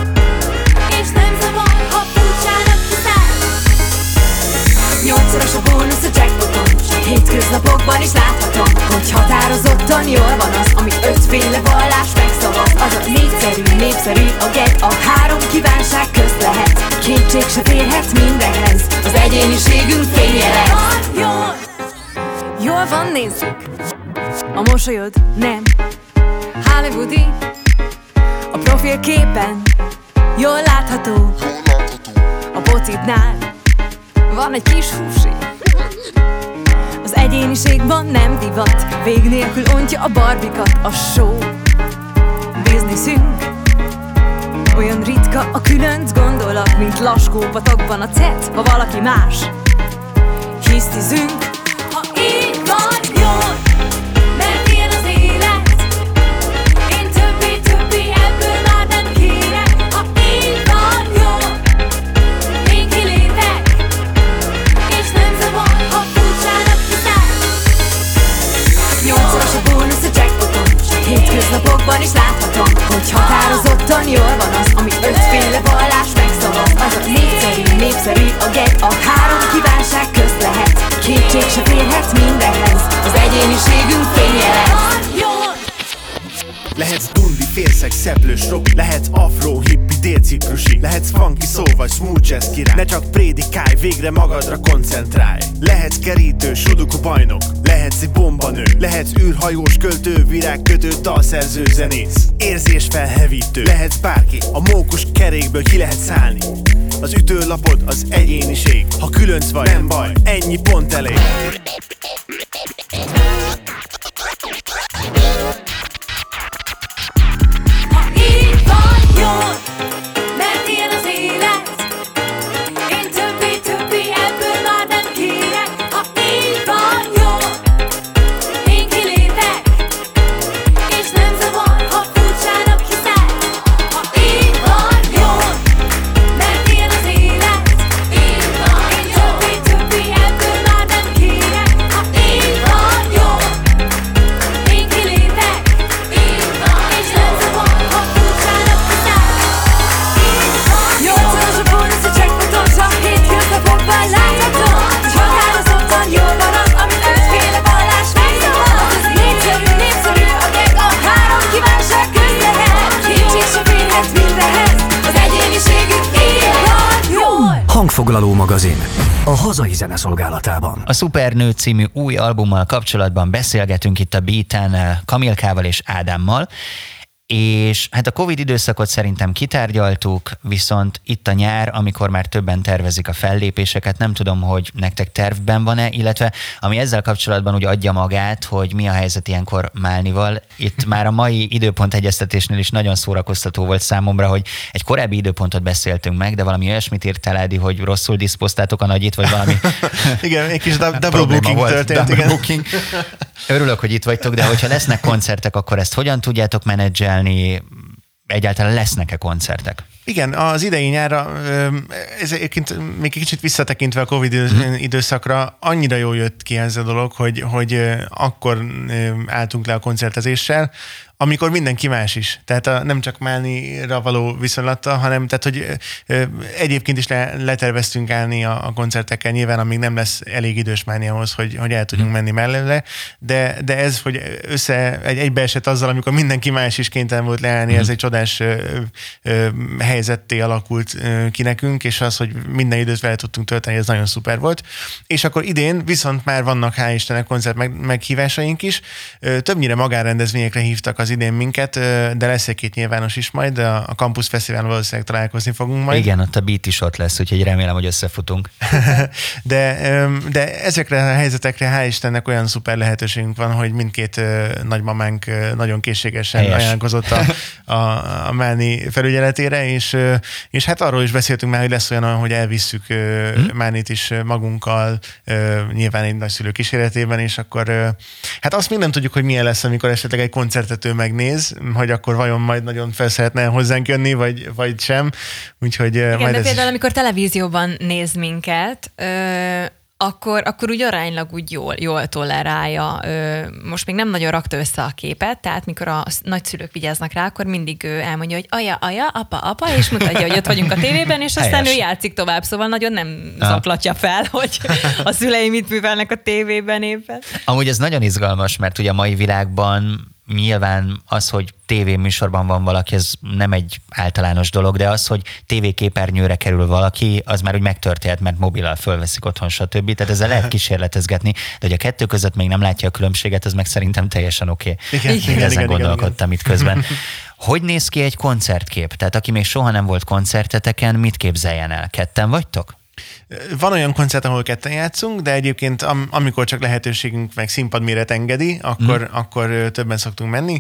És nem zavar, ha furcsának hiszek. Nyolcszoros a bónusz a jackpoton, hétköznapokban is láthatom, hogy határozottan jól van az, ami ötféle vallás megszavaz. Az a négyszerű, népszerű a geg, a három kívánság közt lehet. Kétség se férhet mindenhez, az egyéniségünk fényjelez. Jól, jól van, nézzük. A mosolyod nem hollywoodi, a profilképen jól látható. A botidnál van egy kis húsi. Az egyéniségben nem divat, vég nélkül ontja a barbikat. A show bizniszünk olyan ritka a különc gondolat, mint laskó patakban a cet, ha valaki más. Hisztizünk. Ha így van, jól, mert ilyen az élet. Én többé, többé ebből már nem kérek. Ha így van, jól, én kilépek. És nem zavar, ha furcsának hiszek. Nyolcszoros a bónusz a jackpoton, hétköznapokban is láthatom, hogy határozottan jól van az, ami ötféle vallás megszavaz. Az a négyszerű, népszerű a geg, a három kívánság közt lehet. Kétség se férhet mindenhez, az egyéniségünk fényjelez. Lehetsz dundi, félszeg, szeplős, rock. Lehetsz afro, hippi, délciprusi. Lehetsz funky, szó vagy smooth jazz király. Ne csak prédikálj, végre magadra koncentrálj. Lehetsz kerítő, sudoku bajnok. Lehetsz egy bombanő. Lehetsz űrhajós, költő, virágkötő, dalszerző, zenész. Érzés felhevítő. Lehetsz bárki, a mókus kerékből ki lehet szállni. Az ütőlapod az egyéniség. Ha különc vagy, nem baj, ennyi pont elég. Jól, mert ilyen az élet. Én többé, többé ebből már nem kérek. Ha így van, jól, én kilépek. És nem zavar, ha furcsának hiszek. Ha így van, jól, mert ilyen az élet. Így van, én többé, többé ebből már nem kérek. Ha így van, jól, én kilépek. Így van, és nem zavar, ha furcsának hiszek. Nyolcszoros a bónusz a jackpoton, csak hétköznapokban látható, hogy határozottan jól van az, amit ötféle vallás megszavaz. Az négyszerű, népszerű a geg, a három kívánság közt lehet. Kétség se férhet mindenhez, az egyéniségünk így van jól. Hangfoglaló magazin a hazai zene szolgálatában. A Szupernő című új albummal kapcsolatban beszélgetünk itt a Beaten Kamilkával és Ádámmal, és hát a Covid időszakot szerintem kitárgyaltuk, viszont itt a nyár, amikor már többen tervezik a fellépéseket, nem tudom, hogy nektek tervben van-e, illetve ami ezzel kapcsolatban úgy adja magát, hogy mi a helyzet ilyenkor Málnival. Itt már a mai időpont egyeztetésnél is nagyon szórakoztató volt számomra, hogy egy korábbi időpontot beszéltünk meg, de valami olyasmit írtál, Ádi, hogy rosszul diszpoztátok a nagyit, vagy valami... Igen, egy kis double booking volt, történt. Double igen. booking. Örülök, hogy itt vagytok, de hogyha lesznek koncertek, akkor ezt hogyan tudjátok menedzselni? Egyáltalán lesznek-e koncertek? Igen, az idei nyárra, ez egyébként még kicsit visszatekintve a Covid időszakra, annyira jól jött ki ez a dolog, hogy, hogy akkor álltunk le a koncertezéssel, amikor mindenki más is. Tehát a, nem csak Málnira való viszonylattal, hanem tehát, hogy ö, egyébként is le, leterveztünk állni a, a koncertekkel, nyilván amíg nem lesz elég idős Málni ahhoz, hogy, hogy el tudjunk menni mellőle, de, de ez, hogy össze egy, egybeesett azzal, amikor mindenki más is kénytelen volt leállni, mm. ez egy csodás ö, ö, helyzetté alakult ö, ki nekünk, és az, hogy minden időt vele tudtunk tölteni, ez nagyon szuper volt. És akkor idén viszont már vannak, hál' Istennek, koncert meg, meghívásaink is. Ö, többnyire magánrendezvényekre hívtak az az idén minket, de lesz egy-két nyilvános is majd, a, a Campus Fesztiválon valószínűleg találkozni fogunk majd. Igen, ott a Beat is ott lesz, úgyhogy remélem, hogy összefutunk. de, de ezekre a helyzetekre hál' Istennek olyan szuper lehetőségünk van, hogy mindkét nagymamánk nagyon készségesen Helyes. ajánlkozott a, a, a Máni felügyeletére, és, és hát arról is beszéltünk már, hogy lesz olyan, hogy elvisszük hmm. Mánit is magunkkal, nyilván egy nagyszülő kíséretében, és akkor hát azt még nem tudjuk, hogy milyen lesz, amikor esetleg egy koncertet ő megnéz, hogy akkor vajon majd nagyon fel szeretne hozzánk jönni, vagy, vagy sem. Úgyhogy igen, majd de ez például, is... amikor televízióban néz minket, ö- Akkor, akkor úgy aránylag úgy jól, jól tolerálja. Most még nem nagyon rakta össze a képet, tehát mikor a nagyszülők vigyáznak rá, akkor mindig ő elmondja, hogy aja, aja, apa, apa, és mutatja, hogy ott vagyunk a tévében, és aztán Helyes. ő játszik tovább, szóval nagyon nem ah. zaklatja fel, hogy a szüleim mit művelnek a tévében éppen. Amúgy ez nagyon izgalmas, mert ugye a mai világban nyilván az, hogy tévéműsorban van valaki, ez nem egy általános dolog, de az, hogy tévéképernyőre kerül valaki, az már úgy megtörtént, mert mobillal fölveszik otthon, stb. Tehát ezzel lehet kísérletezgetni, de hogy a kettő között még nem látja a különbséget, az meg szerintem teljesen oké. Okay. Igen, igen, Ezen igen, gondolkodtam igen. itt közben. Hogy néz ki egy koncertkép? Tehát aki még soha nem volt koncerteteken, mit képzeljen el? Ketten vagytok? Van olyan koncert, ahol ketten játszunk, de egyébként am, amikor csak lehetőségünk meg színpadméret engedi, akkor, mm. akkor többen szoktunk menni.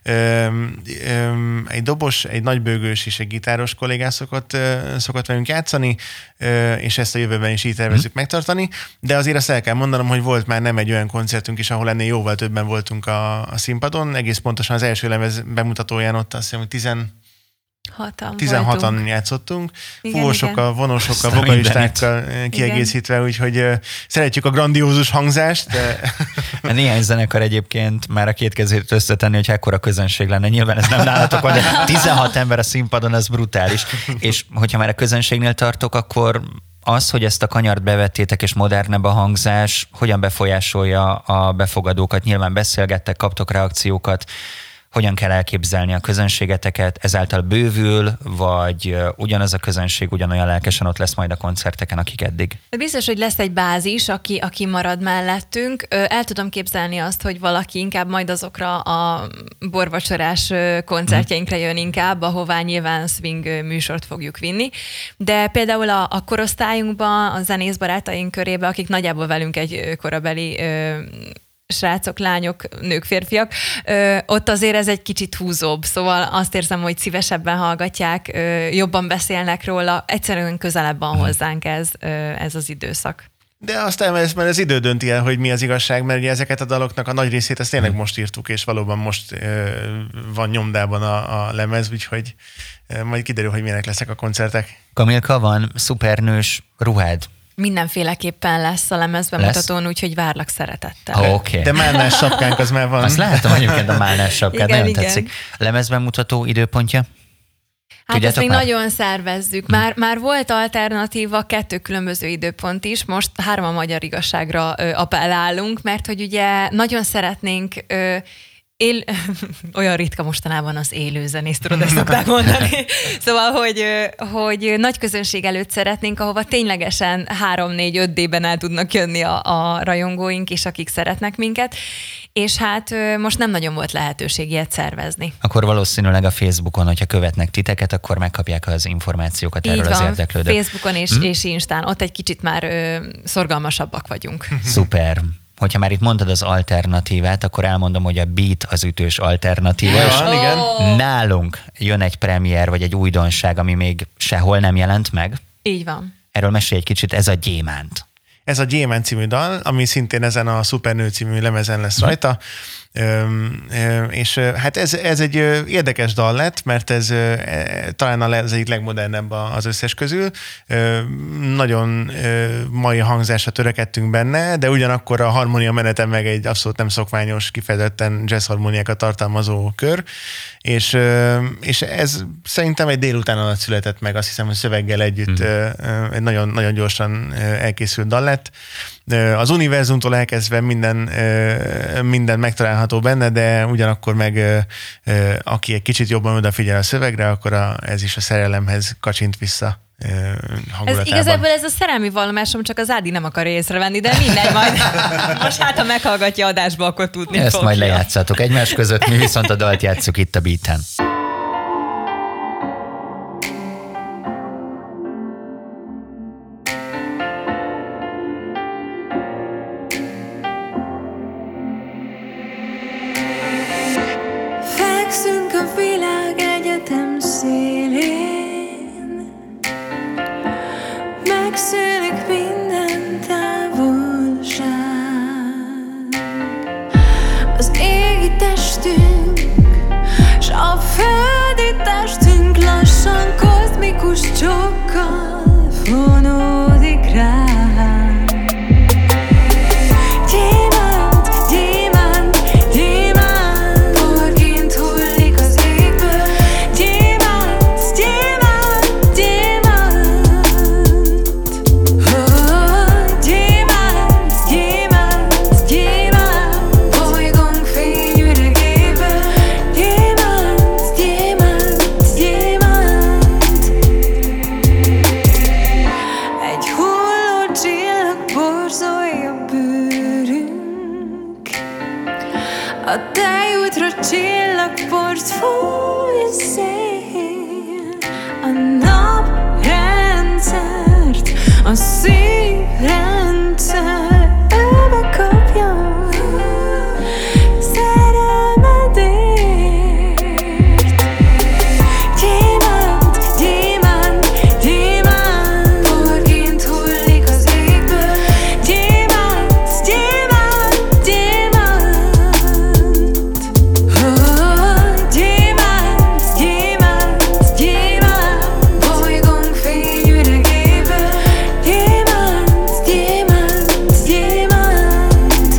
Öm, öm, egy dobos, egy nagybőgős és egy gitáros kollégás szokott, szokott velünk játszani, és ezt a jövőben is így tervezzük mm. megtartani, de azért azt el kell mondanom, hogy volt már nem egy olyan koncertünk is, ahol ennél jóval többen voltunk a, a színpadon. Egész pontosan az első lemez bemutatóján ott azt hiszem, hogy tizen Hatan tizenhatan voltunk. játszottunk, Igen, fúvósokkal, igen. vonósokkal, vokalistákkal kiegészítve, úgyhogy uh, szeretjük a grandiózus hangzást. De... Néhány zenekar egyébként már a két kezét összetenni, hogy ekkora közönség lenne. Nyilván ez nem nálatok van, de tizenhat ember a színpadon, az brutális. És hogyha már a közönségnél tartok, akkor az, hogy ezt a kanyart bevettétek és modernebb a hangzás, hogyan befolyásolja a befogadókat? Nyilván beszélgettek, kaptok reakciókat. Hogyan kell elképzelni a közönségeteket, ezáltal bővül, vagy ugyanaz a közönség ugyanolyan lelkesen ott lesz majd a koncerteken, akik eddig? Biztos, hogy lesz egy bázis, aki, aki marad mellettünk. El tudom képzelni azt, hogy valaki inkább majd azokra a borvacsorás koncertjeinkre jön inkább, ahová nyilván swing műsort fogjuk vinni. De például a, a korosztályunkban, a zenész barátaink körében, akik nagyjából velünk egy korabeli srácok, lányok, nők, férfiak, ö, ott azért ez egy kicsit húzóbb, szóval azt érzem, hogy szívesebben hallgatják, ö, jobban beszélnek róla, egyszerűen közelebb van hozzánk ez, ö, ez az időszak. De aztán ez már az idő dönti el, hogy mi az igazság, mert ugye ezeket a daloknak a nagy részét ezt tényleg most írtuk, és valóban most ö, van nyomdában a, a lemez, úgyhogy ö, majd kiderül, hogy milyenek lesznek a koncertek. Kamilka, van szupernős ruhád? Mindenféleképpen lesz a lemezbemutatón, úgyhogy várlak szeretettel. Oh, okay. De málnás sapkánk az már van. Azt látom egyébként a málnás sapkát, igen, nagyon igen. tetszik. Lemezbemutató időpontja? Hát Tudjátok ezt még már? nagyon szervezzük. Már, már volt alternatíva, kettő különböző időpont is, most három a Magyar Igazságra ö, appellálunk, mert hogy ugye nagyon szeretnénk ö, Él, olyan ritka mostanában az élő zenész, tudod, ezt szokták mondani. Szóval, hogy, hogy nagy közönség előtt szeretnénk, ahova ténylegesen három-négy-öt dében el tudnak jönni a, a rajongóink is, akik szeretnek minket, és hát most nem nagyon volt lehetőség ilyet szervezni. Akkor valószínűleg a Facebookon, hogyha követnek titeket, akkor megkapják az információkat erről az érdeklődők. Facebookon és, hmm? és Instán, ott egy kicsit már ö, szorgalmasabbak vagyunk. Szuper. Hogyha már itt mondtad az alternatívát, akkor elmondom, hogy a Beat az ütős alternatíva. Ja, és igen. Nálunk jön egy premier, vagy egy újdonság, ami még sehol nem jelent meg. Így van. Erről mesélj egy kicsit, ez a Gyémánt. Ez a Gyémánt című dal, ami szintén ezen a Szupernő című lemezen lesz rajta. Öm, öm, és hát ez, ez egy érdekes dal lett, mert ez e, talán az egyik legmodernebb az összes közül. Öm, nagyon öm, mai hangzásra törekedtünk benne, de ugyanakkor a harmónia menete meg egy abszolút nem szokványos, kifejezetten jazz harmóniákat tartalmazó kör, és, öm, és ez szerintem egy délután alatt született meg, azt hiszem, hogy szöveggel együtt mm. egy nagyon, nagyon gyorsan elkészült dal lett. Az univerzumtól elkezdve minden, minden megtalálható benne, de ugyanakkor meg aki egy kicsit jobban odafigyel a szövegre, akkor a, ez is a szerelemhez kacsint vissza hangulatában. Ez igazából ez a szerelmi vallomásom, csak az Ádi nem akar észrevenni, de mindegy, majd most hát, ha meghallgatja adásba, akkor tudni Ezt fogja. majd lejátszatok egymás között, mi viszont a dalt játsszuk itt a Beaten. Fekszünk a világ egyetem szélén, megszűnik minden távolság. Az égi testünk s a földi testünk lassan kozmikus csokkal fonódik rám. Gyémánt, gyémánt, gyémánt, porként hullik az égből. Gyémánt, gyémánt, gyémánt. Oh, gyémánt, gyémánt, gyémánt, bolygónk fényüregéből. Gyémánt, gyémánt, gyémánt. Egy hulló csillag borzolja bőrünk, a tejútra csillagport fúj a szél. A naprendszert a szívrendszer őbe kapja szerelmedért. Gyémánt, gyémánt, gyémánt, porként hullik az égből. Gyémánt, gyémánt, gyémánt. Oh, gyémánt, gyémánt, gyémánt, bolygónk fényüregéből. Gyémánt, gyémánt, gyémánt.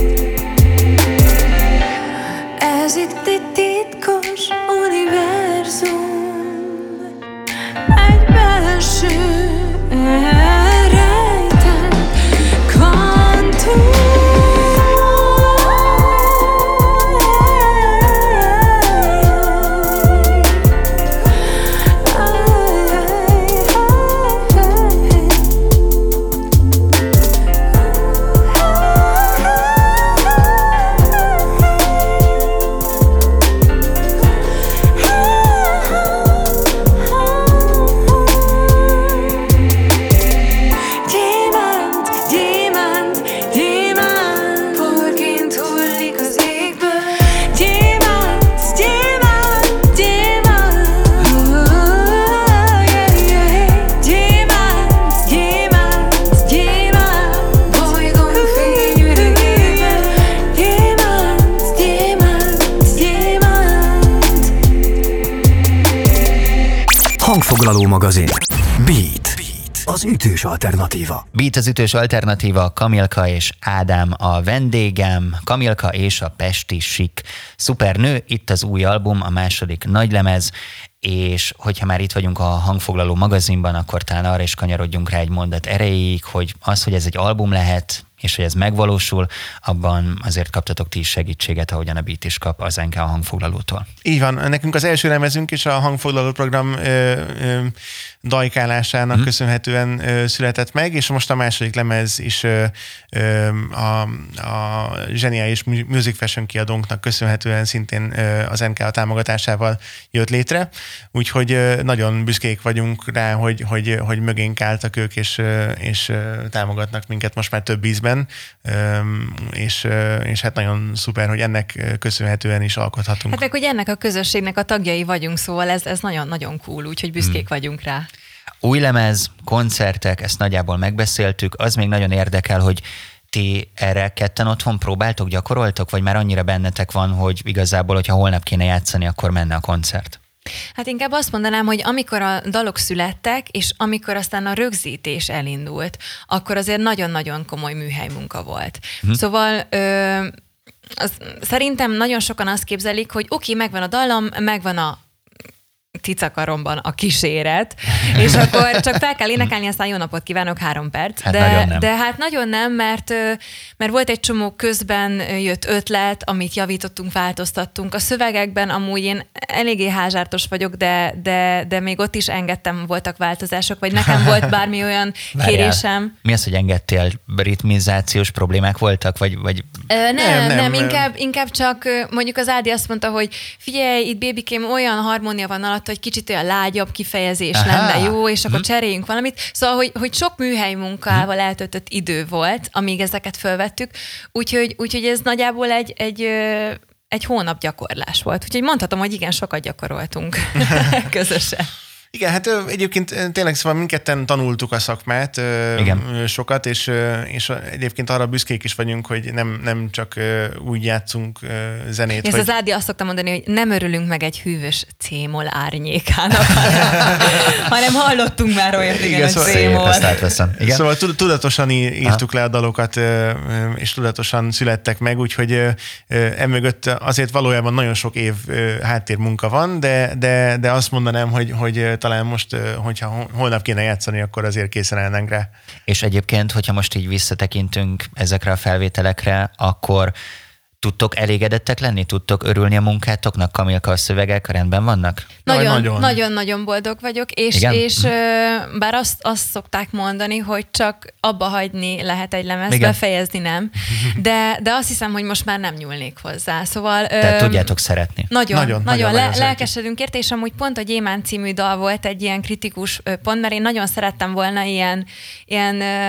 Ez itt egy titkos univerzum, egy belső elrejtett kvantum. Gyémánt, gyémánt, gyémánt, porként hullik az égből. Gyémánt, gyémánt, gyémánt. Oh, yeah, yeah. Gyémánt, gyémánt, gyémánt, bolygónk fényüregéből. Gyémánt, gyémánt, gyémánt. Hangfoglaló magazin. Beat. Az ütős alternatíva. Beat az ütős alternatíva, Kamilka és Ádám a vendégem, Kamilka és a Pesti Sik szupernő, itt az új album, a második nagylemez, és hogyha már itt vagyunk a Hangfoglaló magazinban, akkor talán arra is kanyarodjunk rá egy mondat erejéig, hogy az, hogy ez egy album lehet, és hogy ez megvalósul, abban azért kaptatok ti is segítséget, ahogyan a Beat is kap az en ká a Hangfoglalótól. Így van, nekünk az első lemezünk is a Hangfoglaló program ö, ö, dajkálásának mm. köszönhetően ö, született meg, és most a második lemez is ö, ö, a, a zseniális Music Fashion kiadónknak köszönhetően szintén ö, az en ká támogatásával jött létre, úgyhogy ö, nagyon büszkék vagyunk rá, hogy, hogy, hogy mögénk álltak ők, és, ö, és ö, támogatnak minket most már több ízben, ö, és, ö, és hát nagyon szuper, hogy ennek köszönhetően is alkothatunk. Hát meg, hogy ennek a közösségnek a tagjai vagyunk, szóval ez, ez nagyon-nagyon cool, úgyhogy büszkék mm. vagyunk rá. Új lemez, koncertek, ezt nagyjából megbeszéltük, az még nagyon érdekel, hogy ti erre ketten otthon próbáltok, gyakoroltok, vagy már annyira bennetek van, hogy igazából, hogyha holnap kéne játszani, akkor menne a koncert? Hát inkább azt mondanám, hogy amikor a dalok születtek, és amikor aztán a rögzítés elindult, akkor azért nagyon-nagyon komoly műhelymunka volt. Hm. Szóval... Ö, az, szerintem nagyon sokan azt képzelik, hogy oké, okay, megvan a dallam, megvan a cicakaromban a kíséret, és akkor csak fel kell énekelni, aztán jó napot kívánok, három perc. Hát de, nagyon nem. de hát nagyon nem, mert, mert volt egy csomó közben jött ötlet, amit javítottunk, változtattunk. A szövegekben amúgy én eléggé házsártos vagyok, de, de, de még ott is engedtem, voltak változások, vagy nekem volt bármi olyan Várjál. kérésem. Mi az, hogy engedtél? Ritmizációs problémák voltak? Vagy, vagy... Ö, nem, Nem, nem, nem, nem inkább, inkább csak mondjuk az Ádi azt mondta, hogy figyelj, itt bébikém olyan harmónia van alatt, hogy kicsit olyan lágyabb kifejezés Aha. lenne jó, és akkor cseréljünk valamit. Szóval, hogy, hogy sok műhely munkával eltöltött idő volt, amíg ezeket fölvettük, úgyhogy, úgyhogy ez nagyjából egy, egy, egy hónap gyakorlás volt. Úgyhogy mondhatom, hogy igen, sokat gyakoroltunk közösen. Igen, hát ö, egyébként ö, tényleg szóval mindketten tanultuk a szakmát ö, Igen. sokat, és, ö, és egyébként arra büszkék is vagyunk, hogy nem, nem csak ö, úgy játszunk ö, zenét. És hogy... az Ádi azt szokta mondani, hogy nem örülünk meg egy hűvös cémol árnyékának, hanem hallottunk már olyat, igen, Igen, hogy szóval- Szép, cémol. ezt átveszem. Igen? Szóval tud- tudatosan í- írtuk le a dalokat, ö, ö, és tudatosan születtek meg, úgyhogy ö, ö, emögött azért valójában nagyon sok év ö, háttérmunka van, de, de, de azt mondanám, hogy, hogy ö, talán most, ö, hogyha holnap kéne játszani, akkor azért készen állnánk rá. És egyébként, hogyha most így visszatekintünk ezekre a felvételekre, akkor tudtok elégedettek lenni? Tudtok örülni a munkátoknak? Kamilka, a szövegek rendben vannak? Nagyon, Nagyon. nagyon, nagyon boldog vagyok, és, Igen? és ö, bár azt, azt szokták mondani, hogy csak abba hagyni lehet egy lemezt, Igen. befejezni nem, de, de azt hiszem, hogy most már nem nyúlnék hozzá. Szóval... Tehát ö, tudjátok szeretni. Nagyon, Nagyon, nagyon, nagyon, le, nagyon lelkesedünk érte, és amúgy pont a Gyémánt című dal volt egy ilyen kritikus ö, pont, mert én nagyon szerettem volna ilyen, ilyen ö,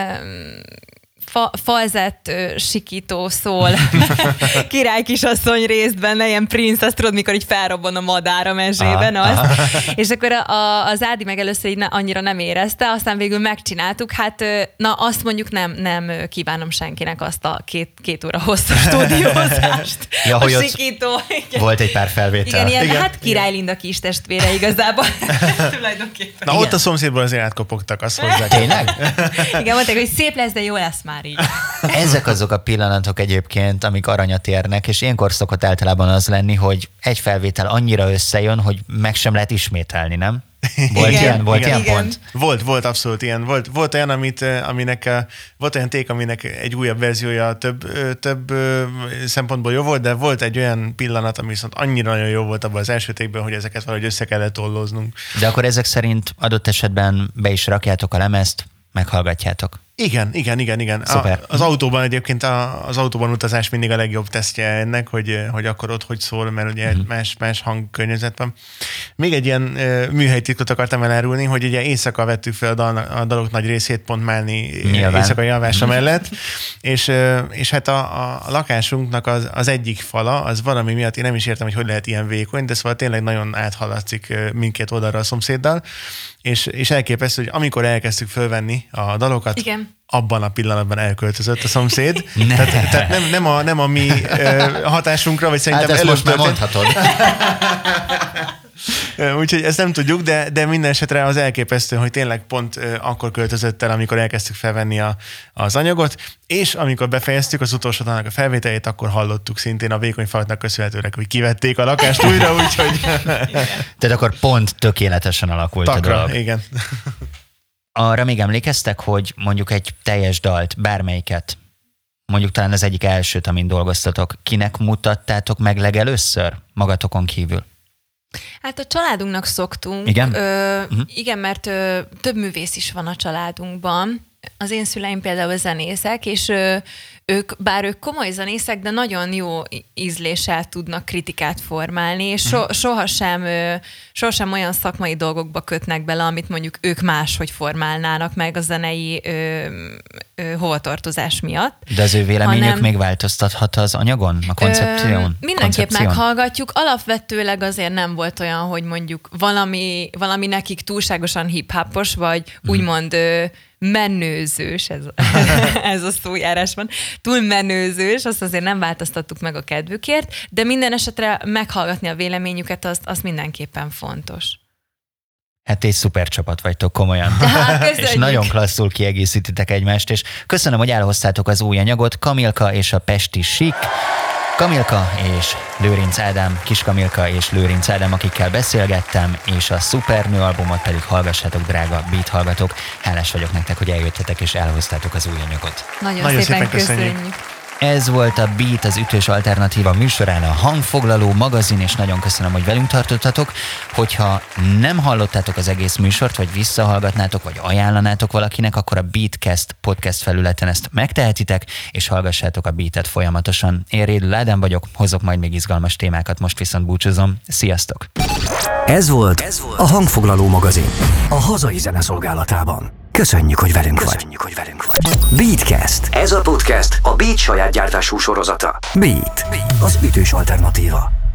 fa, falzett ö, sikító szól király kisasszony részt benne, ilyen Prince, azt tudod, mikor így felrobban a madár a mezsében, Aha, azt. És akkor a, a, az Ádi meg először így ne, annyira nem érezte, aztán végül megcsináltuk. Hát ö, na azt mondjuk nem, nem ö, kívánom senkinek azt a két, két óra hosszú stúdiózást. Ja, a hogy ott sikító. Igen. Volt egy pár felvétel. Igen, ilyen, Igen. hát Király Linda kis testvére igazából. Tulajdonképpen. Na Igen. ott a szomszédból azért átkopogtak, azt hozzá. Tényleg? Igen, mondták, hogy szép lesz, de jó lesz már így. Ezek azok a pillanatok egyébként, amik aranyat érnek, és ilyenkor szokott általában az lenni, hogy egy felvétel annyira összejön, hogy meg sem lehet ismételni, nem? Volt Igen, ilyen, volt igen. ilyen Igen. pont? Volt, volt abszolút ilyen. Volt, volt olyan, amit, eh, aminek, eh, volt olyan ték, aminek egy újabb verziója több, ö, több ö, szempontból jó volt, de volt egy olyan pillanat, ami viszont annyira nagyon jó volt abban az első tékben, hogy ezeket valahogy össze kellett tollóznunk. De akkor ezek szerint adott esetben be is rakjátok a lemezt, meghallgatjátok. Igen, igen, igen, igen. Szuper. A, az autóban egyébként a, az autóban utazás mindig a legjobb tesztje ennek, hogy, hogy akkor ott hogy szól, mert ugye egy más, más hangkörnyezet van. Még egy ilyen uh, műhelytitkot akartam elárulni, hogy ugye éjszaka vettük fel a, dal, a dalok nagy részét pont Málni Nyilván. éjszakai alvása mellett, és, uh, és hát a, a lakásunknak az, az egyik fala, az valami miatt én nem is értem, hogy hogy lehet ilyen vékony, de szóval tényleg nagyon áthaladszik uh, mindkét oldalra a szomszéddal, és, és elképesztő, hogy amikor elkezdtük fölvenni a dalokat, Igen. abban a pillanatban elköltözött a szomszéd. Ne. Tehát, tehát nem, nem, a, nem a mi ö, hatásunkra, vagy szerintem Hát ezt most már előbb mondhatod. Úgyhogy ezt nem tudjuk, de, de minden esetre az elképesztő, hogy tényleg pont ö, akkor költözött el, amikor elkezdtük felvenni a, az anyagot, és amikor befejeztük az utolsó dalnak a felvételét, akkor hallottuk szintén a vékony falnak köszönhetőleg, hogy kivették a lakást újra, úgyhogy Tehát akkor pont tökéletesen alakult a takra, dolog. igen. Arra még emlékeztek, hogy mondjuk egy teljes dalt, bármelyiket, mondjuk talán az egyik elsőt, amin dolgoztatok, kinek mutattátok meg legelőször magatokon kívül? Hát a családunknak szoktunk. Igen? Ö, Uh-huh. Igen, mert ö, több művész is van a családunkban. Az én szüleim például zenészek, és ö, ők, bár ők komoly zenészek, de nagyon jó ízléssel tudnak kritikát formálni, és so, sohasem, ö, sohasem olyan szakmai dolgokba kötnek bele, amit mondjuk ők máshogy formálnának meg a zenei ö, ö, hovatartozás miatt. De az ő véleményük Hanem- még változtathat az anyagon, a koncepción? Ö, mindenképp koncepción? meghallgatjuk. Alapvetőleg azért nem volt olyan, hogy mondjuk valami, valami nekik túlságosan hip-hopos, vagy úgymond ö, menőzős, ez, ez a szójárásban, túl menőzős, azt azért nem változtattuk meg a kedvükért, de minden esetre meghallgatni a véleményüket, az, az mindenképpen fontos. Hát egy szuper csapat vagytok, komolyan. Hát, És köszönjük. nagyon klasszul kiegészítitek egymást, és köszönöm, hogy elhoztátok az új anyagot, Kamilka és a Pesti Sik. Kamilka és Lőrinc Ádám, Kis Kamilka és Lőrinc Ádám, akikkel beszélgettem, és a Szupernő albumot pedig hallgassátok, drága beat hallgatók. Hálás vagyok nektek, hogy eljöttetek és elhoztátok az új anyagot. Nagyon, Nagyon szépen, szépen köszönjük. köszönjük. Ez volt a Beat, az Ütős Alternatíva műsorán a Hangfoglaló magazin, és nagyon köszönöm, hogy velünk tartottatok. Hogyha nem hallottátok az egész műsort, vagy visszahallgatnátok, vagy ajánlanátok valakinek, akkor a Beatcast podcast felületen ezt megtehetitek, és hallgassátok a Beatet folyamatosan. Én Rédl Ádám vagyok, hozok majd még izgalmas témákat, most viszont búcsúzom. Sziasztok! Ez volt, Ez volt a Hangfoglaló magazin, a hazai zene szolgálatában. Köszönjük, hogy velünk vagy. Köszönjük, hogy velünk vagy. Beatcast. Ez a podcast a Beat saját gyártású sorozata. Beat, az ütős alternatíva.